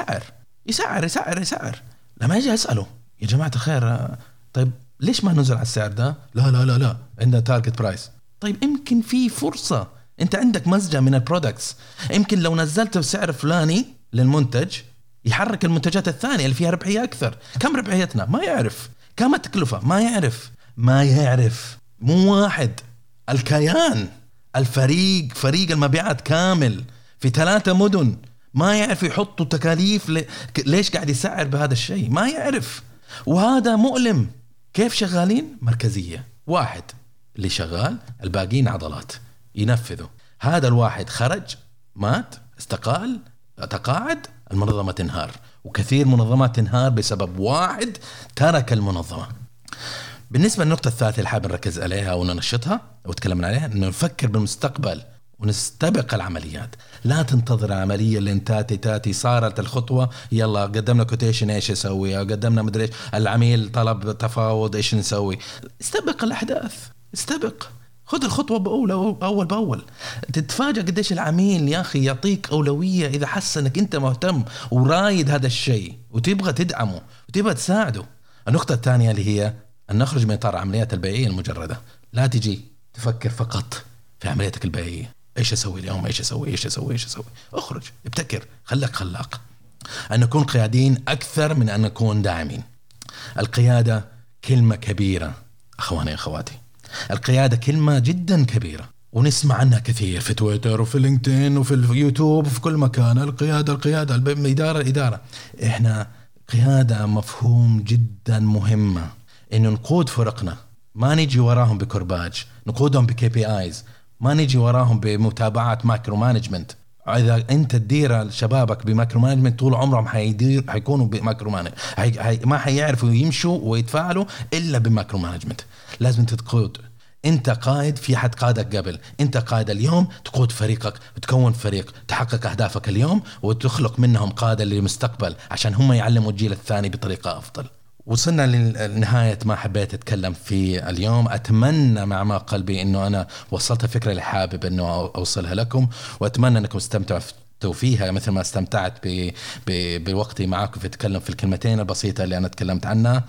يسعر. لما يجي أسأله يا جماعة الخير، طيب ليش ما ننزل على السعر ده؟ لا عندنا تارجت برايس. طيب يمكن في فرصة، انت عندك مزجة من البرودكتس، يمكن لو نزلت بسعر فلاني للمنتج يحرك المنتجات الثانية اللي فيها ربحية أكثر. كم ربحيتنا؟ ما يعرف. كم التكلفة؟ ما يعرف. مو واحد، الكيان، الفريق، فريق المبيعات كامل في 3 مدن ما يعرف يحطوا تكاليف ليش قاعد يسعر بهذا الشيء، ما يعرف. وهذا مؤلم. كيف شغالين؟ مركزية، واحد اللي شغال، الباقين عضلات ينفذوا. هذا الواحد خرج، مات، استقال، تقاعد، المنظمة تنهار. وكثير منظمات تنهار بسبب واحد ترك المنظمة. بالنسبة للنقطة الثالثة اللي حاب نركز عليها وننشطها وتكلمنا عليها، إنه نفكر بالمستقبل ونستبق العمليات. لا تنتظر عملية اللي تاتي صارت الخطوة يلا قدمنا كوتيشن ايش يسوي، قدمنا مدري ايش، العميل طلب تفاوض ايش نسوي. استبق الأحداث، خذ الخطوة أول بأول. تتفاجأ قديش العميل يا أخي يعطيك أولوية إذا حس أنك أنت مهتم ورايد هذا الشيء وتبغى تدعمه وتبغى تساعده. النقطة الثانية اللي هي أن نخرج من إطار عمليات البيعية المجردة. لا تجي تفكر فقط في عملياتك البيعية، ايش اسوي اليوم، ايش اسوي. اخرج، ابتكر، خليك خلاق. ان نكون قيادين اكثر من ان نكون داعمين. القيادة كلمة كبيرة اخواني اخواتي، القيادة كلمة جدا كبيرة ونسمع عنها كثير في تويتر وفي لينكدين وفي اليوتيوب وفي كل مكان. القيادة الإدارة. احنا قيادة مفهوم جدا مهمة، انه نقود فرقنا، ما نيجي وراهم بكرباج، نقودهم بKPIs، ما نيجي وراهم بمتابعات ماكرو مانجمنت. إذا أنت تدير شبابك بماكرو مانجمنت طول عمرهم حيكونوا بماكرو مانجمنت، ما حيعرفوا يمشوا ويتفاعلوا إلا بماكرو مانجمنت. لازم تقود. أنت قائد، في حد قادك قبل، أنت قائد اليوم، تقود فريقك وتكون فريق تحقق أهدافك اليوم وتخلق منهم قادة للمستقبل عشان هم يعلموا الجيل الثاني بطريقة أفضل. وصلنا لنهاية ما حبيت أتكلم في اليوم. أتمنى مع ما قلبي أنه أنا وصلت الفكرة اللي حابب أنه أوصلها لكم، وأتمنى أنكم استمتعتوا فيها مثل ما استمتعت بوقتي معاكم في أتكلم في الكلمتين البسيطة اللي أنا تكلمت عنها.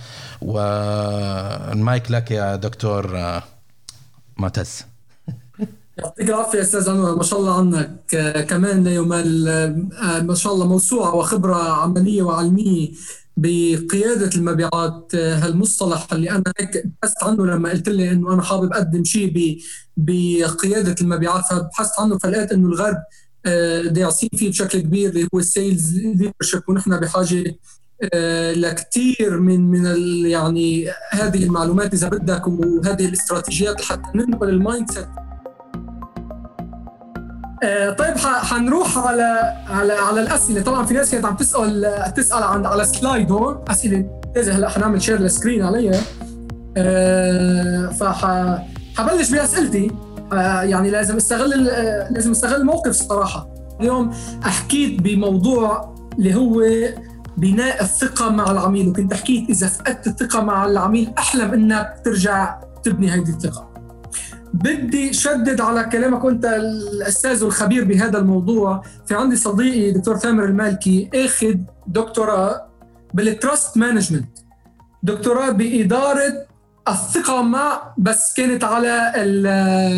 والمايك لك يا دكتور معتز. يعطيك العافية أستاذ أنور، ما شاء الله عنك. كمان ما شاء الله موسوعة وخبرة عملية وعلمية بقيادة المبيعات. هالمصطلح اللي أنا بحثت عنه لما قلت لي إنه أنا حابب أقدم شيء بقيادة المبيعات، فبحثت عنه فلقيت إنه الغرب داعسين فيه بشكل كبير، اللي هو السيلز ليدرشيب، ونحن بحاجة لكثير من يعني هذه المعلومات إذا بدك، وهذه الاستراتيجيات حتى ننقل المايند سيت. طيب حنروح على الأسئلة. طبعا في ناس كانت عم تسأل على سلايد هون أسئلة. هلا حنعمل شير السكرين عليها. فحبلش بأسئلتي. يعني لازم استغل الموقف صراحة. اليوم أحكيت بموضوع اللي هو بناء الثقة مع العميل، وكنت حكيت إذا فقدت الثقة مع العميل أحلم إنك ترجع تبني هذه الثقة. بدي شدد على كلامك وانت الأستاذ الخبير بهذا الموضوع. في عندي صديقي دكتور ثامر المالكي اخذ دكتوراه بالتراست مانجمنت، دكتوراه بإدارة الثقة، بس كانت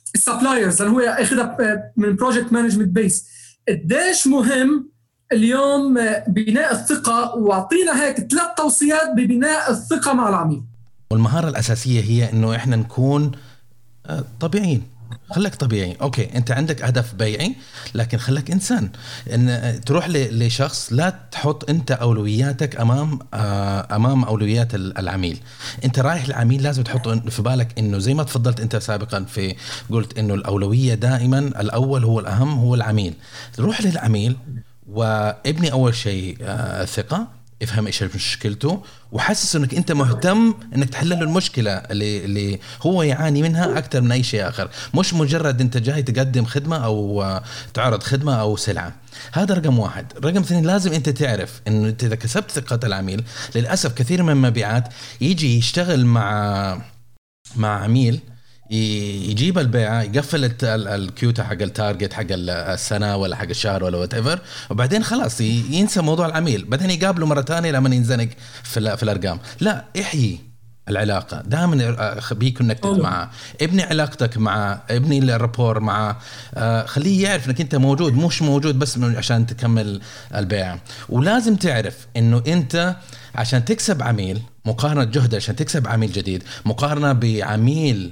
السبلايرز اللي هو اخذها من بروجكت مانجمنت بيس. قديش مهم اليوم بناء الثقة، واعطينا هيك 3 توصيات ببناء الثقة مع العميل. والمهارة الأساسية هي إنه إحنا نكون طبيعيين. خليك طبيعي. أوكي أنت عندك هدف بيعي، لكن خليك إنسان. إن تروح لشخص لا تحط أنت أولوياتك أمام أولويات العميل. أنت رايح العميل لازم تحط في بالك إنه زي ما تفضلت أنت سابقا في قلت إنه الأولوية دائما الأول هو الأهم هو العميل. روح للعميل وابني أول شيء ثقة، افهم ايش مشكلته وحسس انك انت مهتم انك تحل له المشكله اللي هو يعاني منها اكثر من اي شيء اخر، مش مجرد انت جاي تقدم خدمه او تعرض خدمه او سلعه. هذا رقم 1. رقم 2 لازم انت تعرف انه انت اذا كسبت ثقه العميل، للاسف كثير من المبيعات يجي يشتغل مع عميل يجيب البيعة، يقفل الكيوتا حق التارجت حق السنة ولا حق الشهر ولا whatever، وبعدين خلاص ينسى موضوع العميل، بعدين يقابله مرة تانية لما ينزنق في الأرقام. لا، احيي العلاقة دائما، بي كونكتد معه، ابني علاقتك مع ابني الرابور مع خليه يعرف انك انت موجود، مش موجود بس عشان تكمل البيع. ولازم تعرف انه انت عشان تكسب عميل، مقارنة جهد عشان تكسب عميل جديد مقارنة بعميل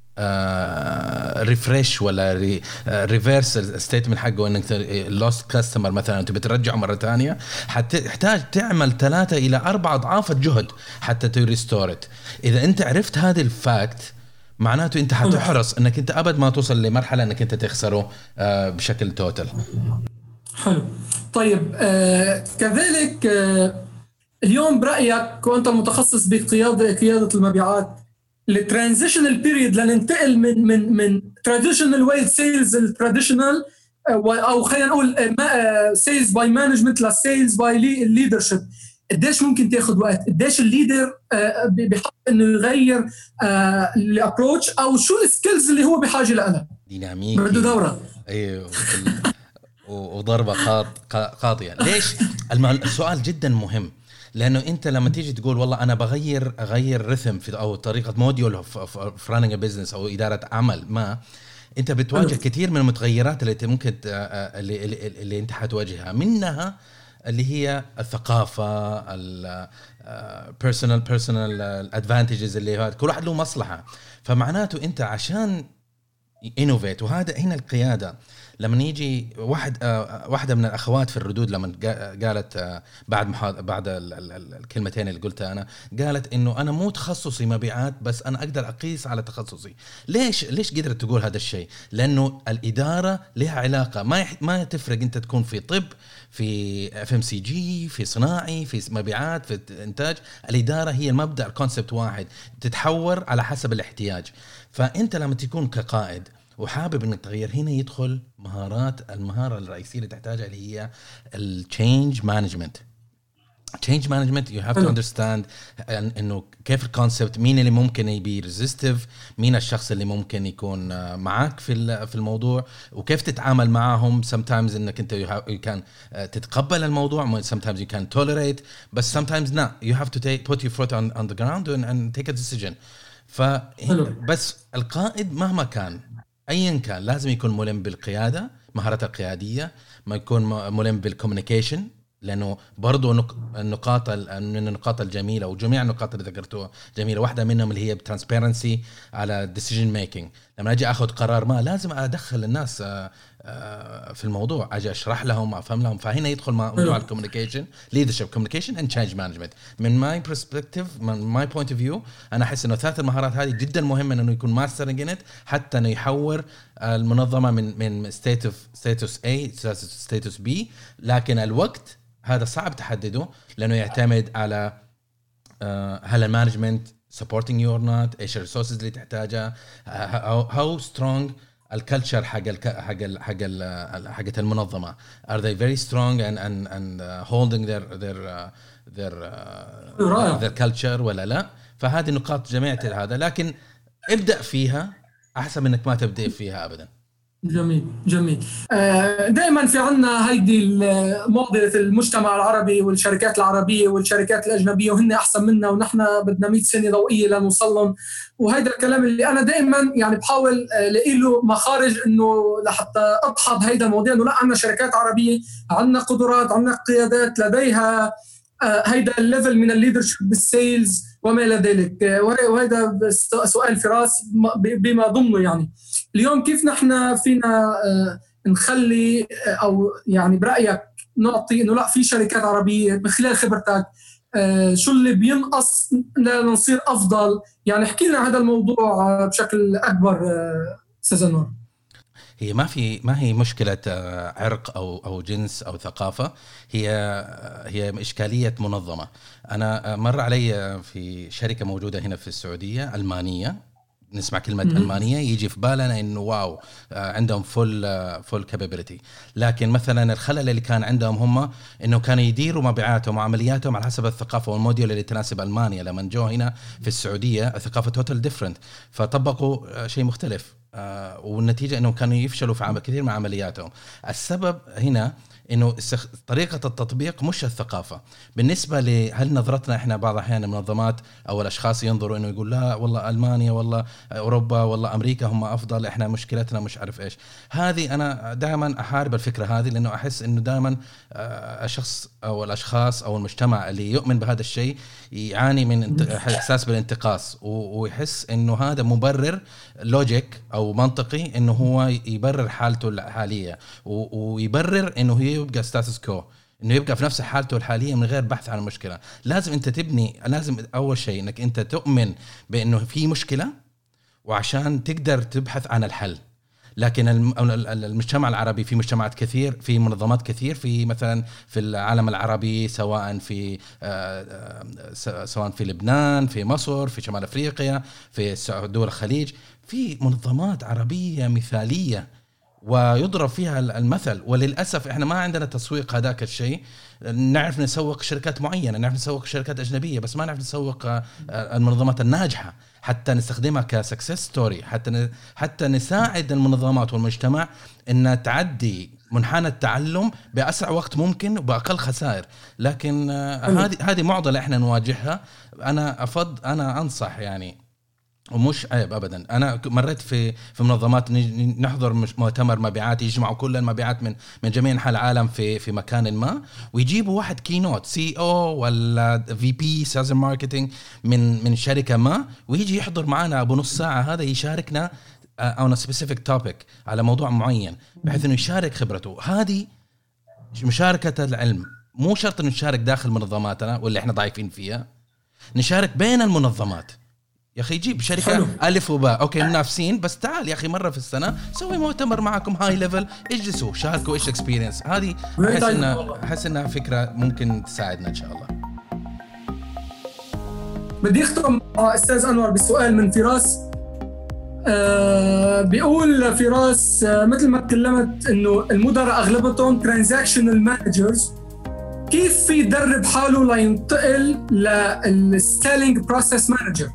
ريفريش ولا ريفيرس ستيتمنت حقه انك لوست كاستمر مثلا انت بترجعه مره ثانيه، حتحتاج تعمل 3 إلى 4 أضعاف الجهد حتى تريستورت. اذا انت عرفت هذه الفاكت معناته انت حتحرص انك انت ابد ما توصل لمرحله انك انت تخسره بشكل توتال. حلو. طيب كذلك اليوم برايك وانت المتخصص بقياده المبيعات، الترانزيشنال بيريد لننتقل من تراديشنال واي سيلز التراديشنال او خلينا نقول سيلز باي مانجمنت لسيلز باي ليدرشيب، قديش ممكن تاخذ وقت؟ قديش الليدر بيحط انه يغير الابروتش او شو السكيلز اللي هو بحاجه لها؟ ديناميكي بده دوره. ايوه وضربه قاضيه. ليش؟ السؤال جدا مهم، لانه انت لما تيجي تقول والله انا اغير رتم في او طريقه موديول اوف رانينج ا بزنس او اداره عمل ما، انت بتواجه كثير من المتغيرات اللي ممكن اللي انت حتواجهها، منها اللي هي الثقافه، البيرسونال ادفانتجز اللي كل واحد له مصلحه. فمعناته انت عشان انوفيت، وهذا هنا القياده. لما يجي واحدة من الأخوات في الردود لما قالت بعد الكلمتين اللي قلتها أنا، قالت إنه أنا مو تخصصي مبيعات بس أنا أقدر أقيس على تخصصي. ليش قدرت تقول هذا الشيء؟ لأنه الإدارة لها علاقة، ما تفرق أنت تكون في طب، في FMCG، في صناعي، في مبيعات، في إنتاج. الإدارة هي المبدأ، الكونسبت واحد، تتحور على حسب الاحتياج. فأنت لما تكون كقائد وحابب انك تغير، هنا يدخل المهارة الرئيسية اللي تحتاجها اللي هي التشينج مانجمنت. change management you have to understand انه كيف الكونسبت، مين اللي ممكن يبي ريزيستيف، مين الشخص اللي ممكن يكون معك في الموضوع، وكيف تتعامل معهم. sometimes انك انت you can تتقبل الموضوع، sometimes you can tolerate, but sometimes not, you have to put your foot on the ground and take a decision. بس القائد مهما كان ايا كان لازم يكون ملم بالقياده، مهارات القياديه، ما يكون ملم بالكوميونيكيشن، لانه برضو النقاط من النقاط الجميله، وجميع النقاط اللي ذكرتوها جميله. واحده منهم اللي هي الترانسبيرنسي على ديسيجن ميكينج. لما اجي اخذ قرار ما لازم ادخل الناس في الموضوع، اجي اشرح لهم، افهم لهم. فهنا يدخل موضوع الكوميونيكيشن، ليدرشيب، كوميونيكيشن اند تشينج مانجمنت. من ماي برسبكتيف، من ماي بوينت اوف فيو، انا احس انه 3 المهارات هذه جدا مهمه انه يكون ماسترنج انت، حتى انه يحور المنظمه من ستاتوس A ستاتوس B. لكن الوقت هذا صعب تحدده، لانه يعتمد على هل المانجمنت supporting you or not، ايش الريسورسز اللي تحتاجها، how strong الكالتشر حق المنظمه، are they very strong and holding their culture ولا لا. فهذه النقاط جميعة هذا، لكن ابدأ فيها احسن منك ما تبدأ فيها ابدا. جميل. دائما في عنا هيدي معضلة المجتمع العربي والشركات العربية والشركات الأجنبية، وهن أحسن منا ونحن بدنا 100 سنة ضوئية لنوصلهم. وهذا الكلام اللي أنا دائما يعني بحاول لاقي له مخارج إنه لحتى أضحى بهيدا المواضيع، إنه لا، عنا شركات عربية، عنا قدرات، عنا قيادات لديها هيدا الليفل من الليدرشيب بالسيلز وما إلى ذلك. وهذا سؤال فراس بما ضمنه يعني اليوم كيف نحن فينا نخلي أو يعني برأيك نعطي إنه لا، في شركات عربية من خلال خبرتك شو اللي بينقص لنصير أفضل؟ يعني احكي لنا هذا الموضوع بشكل أكبر أستاذ أنور. هي ما هي مشكلة عرق أو جنس أو ثقافة، هي إشكالية منظمة. أنا مر علي في شركة موجودة هنا في السعودية ألمانية، نسمع كلمة ألمانية يجي في بالنا إنه واو عندهم فول كابابيلتي، لكن مثلا الخلل اللي كان عندهم هم إنه كانوا يديروا مبيعاتهم وعملياتهم على حسب الثقافة والموديل اللي تناسب ألمانيا. لما جو هنا في السعودية الثقافة توتال ديفرنت، فطبقوا شيء مختلف، والنتيجة إنه كانوا يفشلوا في كثير من عملياتهم. السبب هنا إنه طريقة التطبيق مش الثقافة. بالنسبة لهل نظرتنا إحنا بعض الأحيان المنظمات أو الأشخاص ينظروا إنه يقول لا والله ألمانيا والله أوروبا والله أمريكا هم أفضل، إحنا مشكلتنا مش عارف إيش. هذه أنا دائما أحارب الفكرة هذه، لأنه أحس إنه دائما الشخص أو الأشخاص أو المجتمع اللي يؤمن بهذا الشيء يعاني من إحساس بالانتقاص، ويحس إنه هذا مبرر لوجيك أو منطقي إنه هو يبرر حالته الحالية، ويبرر إنه هي يبقى ستاتس كو، انه يبقى في نفس حالته الحاليه من غير بحث عن المشكله. لازم انت تبني، لازم اول شيء انك انت تؤمن بانه في مشكله وعشان تقدر تبحث عن الحل. لكن المجتمع العربي، في مجتمعات كثير، في منظمات كثير في مثلا في العالم العربي، سواء في لبنان، في مصر، في شمال افريقيا، في دول الخليج، في منظمات عربيه مثاليه ويضرب فيها المثل. وللأسف إحنا ما عندنا تسويق هذاك الشيء. نعرف نسوق شركات معينة، نعرف نسوق شركات أجنبية، بس ما نعرف نسوق المنظمات الناجحة حتى نستخدمها كسكسس ستوري، حتى نساعد المنظمات والمجتمع إن تعدي منحنى التعلم بأسرع وقت ممكن وبأقل خسائر. لكن هذه معضلة إحنا نواجهها. أنا أنصح يعني، ومش عيب أبدا. أنا مريت في منظمات نحضر مؤتمر مبيعات يجمعوا كل المبيعات من جميع أنحاء العالم في مكان ما، ويجيبوا واحد كينوت CEO ولا VP سيلز ماركتينج من شركة ما، ويجي يحضر معنا أبو نص ساعة، هذا يشاركنا on a specific topic على موضوع معين، بحيث إنه يشارك خبرته. هذه مشاركة العلم. مو شرط إنه نشارك داخل منظماتنا واللي إحنا ضعيفين فيها، نشارك بين المنظمات. يا أخي جيب شركة حلو. ألف وباء، أوكي منافسين، بس تعال يا أخي مرة في السنة سوي مؤتمر معكم هاي ليفل، اجلسوا شاركوا إيش إكسبيرينس. هذه أحس إنها فكرة ممكن تساعدنا إن شاء الله. بدي أختم أستاذ أنور بسؤال من فراس. بيقول فراس مثل ما تكلمت إنه المدراء أغلبتهم ترانزاكشنال مانجرز، كيف في يدرب حاله لينتقل للسيلينج بروسيس مانجر؟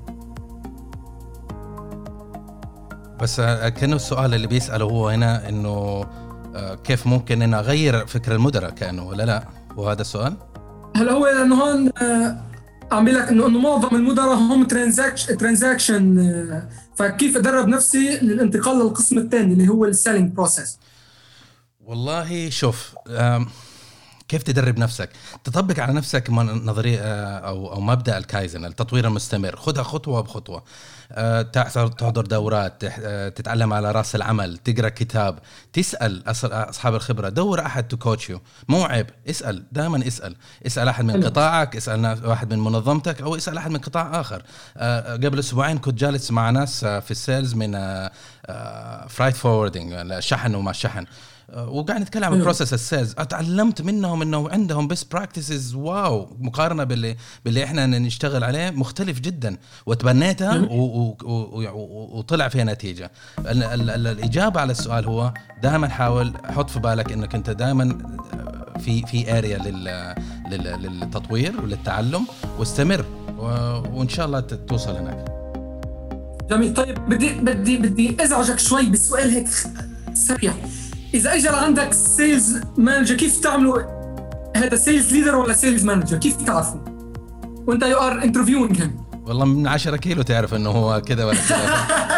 بس كأنه السؤال اللي بيسأله هو هنا إنه كيف ممكن إن أغير فكر المدراء كأنه، ولا لا؟ وهذا السؤال؟ هل هو إنه هون أعمل لك إنه معظم المدراء هم ترانزاكشن، فكيف أدرب نفسي للانتقال للقسم الثاني اللي هو السيلينج بروسيس؟ والله شوف، كيف تدرب نفسك؟ تطبق على نفسك نظرية أو مبدأ الكايزن، التطوير المستمر. خدها خطوة بخطوة. تحضر دورات، تتعلم على رأس العمل، تقرأ كتاب، تسأل أصحاب الخبرة، دور أحد تكوتشيو. مو عيب، اسأل دائما، اسأل أحد من قطاعك، اسأل واحد من منظمتك، أو اسأل أحد من قطاع آخر. قبل أسبوعين كنت جالس مع ناس في السيلز من فرايت فوردينج، الشحن وما الشحن، وقاعد نتكلم عن بروسيس السيلز. اتعلمت منهم انه عندهم بيست براكتسز، واو، مقارنه باللي احنا نشتغل عليه مختلف جدا، وتبنيتها وطلع فيها نتيجه. الاجابه على السؤال هو دائما حاول حط في بالك انك انت دائما في اريا للتطوير وللتعلم، واستمر وان شاء الله توصل هناك. جميل. طيب بدي ازعجك شوي بسؤال هيك سريع. اذا اجى عندك سيلز مانجر كيف تعملوا هذا سيلز ليدر ولا سيلز مانجر؟ كيف تعرفوا وانت يو ار انترفيوينج هيم؟ والله من 10 كيلو تعرف انه هو كذا ولا كذا.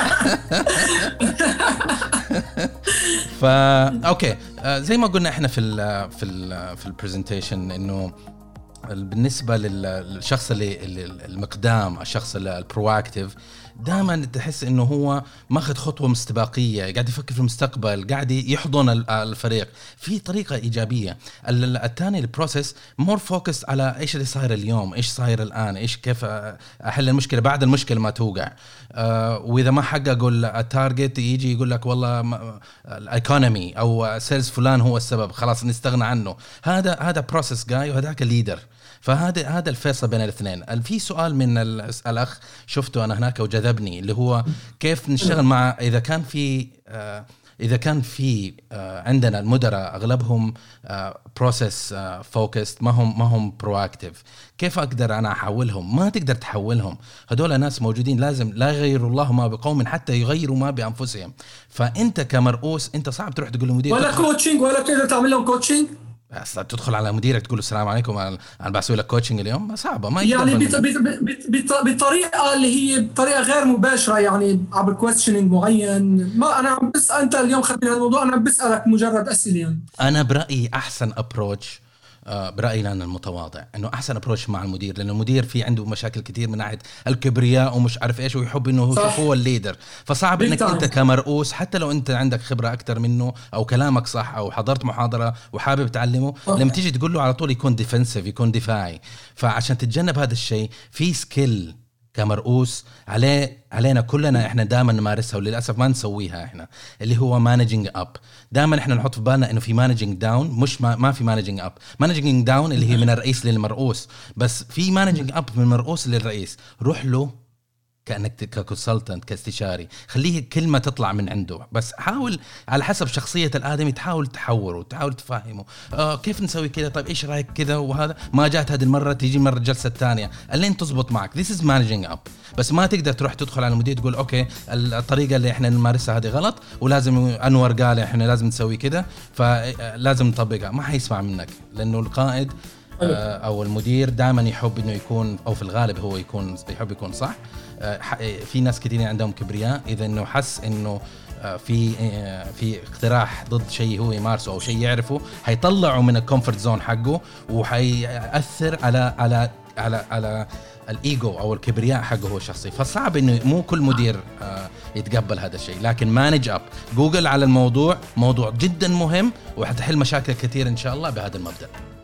اوكي زي ما قلنا احنا في البرزنتيشن انه بالنسبه للشخص اللي المقدام، الشخص البرواكتيف، دائما تحس انه هو ماخذ خطوه مستباقيه، قاعد يفكر في المستقبل، قاعد يحضن الفريق في طريقه ايجابيه. الثاني البروسيس مور فوكس على ايش اللي صاير اليوم، ايش صاير الان، ايش كيف احل المشكله بعد المشكله ما توقع. واذا ما حققوا التارجت يجي يقول لك والله الايكونومي او سيلز فلان هو السبب، خلاص نستغنى عنه. هذا بروسيس جاي وهذاك ليدر. فهذا الفيصل بين الاثنين. في سؤال من الأخ شفته أنا هناك وجذبني، اللي هو كيف نشتغل مع إذا كان في عندنا المدراء أغلبهم process focused، ما هم proactive. كيف أقدر أنا أحولهم؟ ما تقدر تحولهم، هدول ناس موجودين، لازم لا يغير الله ما بقوم حتى يغيروا ما بأنفسهم. فأنت كمرؤوس أنت صعب تروح تقول لمدير ولا كوتشنج ولا تقدر تعمل لهم كوتشنج. تدخل على مديرك تقول السلام عليكم انا بسوي لك كوتشنج اليوم، صعبه. ما يعني بطريقه اللي هي بطريقه غير مباشره، يعني عبر كويستشنينج معين. ما انا عم بس انت اليوم خدني هالموضوع، انا عم بسالك مجرد اسئله. يعني انا برايي احسن ابروتش، برأيي لأن المتواضع إنه أحسن أبروش مع المدير، لأنه المدير في عنده مشاكل كتير من ناحية الكبرياء ومش عارف إيش، ويحب إنه هو الليدر. فصعب إنك أنت كمرؤوس حتى لو أنت عندك خبرة أكتر منه أو كلامك صح أو حضرت محاضرة وحابب تعلمه، لما تيجي تقول له على طول يكون ديفنسيف، يكون دفاعي. فعشان تتجنب هذا الشيء في سكيل كمرؤوس علينا كلنا احنا دائما نمارسها، وللاسف ما نسويها احنا، اللي هو مانجينج اب. دائما احنا نحط في بالنا انه في مانجينج داون، مش ما في مانجينج اب. مانجينج داون اللي هي من الرئيس للمرؤوس، بس في مانجينج اب من المرؤوس للرئيس. روح له كأنك ككونسلتنت، كاستشاري، خليه كلمة تطلع من عنده، بس حاول على حسب شخصية الآدمي تحاول تحوره، تحاول تفهمه كيف نسوي كذا، طيب إيش رأيك كذا، وهذا ما جات هذه المرة، تيجي مرة الجلسة الثانية اللين تزبط معك. This is managing up. بس ما تقدر تروح تدخل على المدير تقول أوكي الطريقة اللي إحنا نمارسها هذه غلط، ولازم أنور قال إحنا لازم نسوي كذا فلازم نطبقها. ما حيسمع منك، لأنه القائد أو المدير دائما يحب إنه يكون، أو في الغالب هو يحب يكون صح. في ناس كتير عندهم كبرياء، إذا إنه حس إنه في اقتراح ضد شيء هو يمارسه أو شيء يعرفه، هيطلعه من الكومفورت زون حقه، وهيأثر على الإيجو أو الكبرياء حقه هو الشخصي. فصعب إنه مو كل مدير يتقبل هذا الشيء، لكن مانج أب. جوجل على الموضوع، موضوع جدا مهم، وحتحل مشاكل كثير إن شاء الله بهذا المبدأ.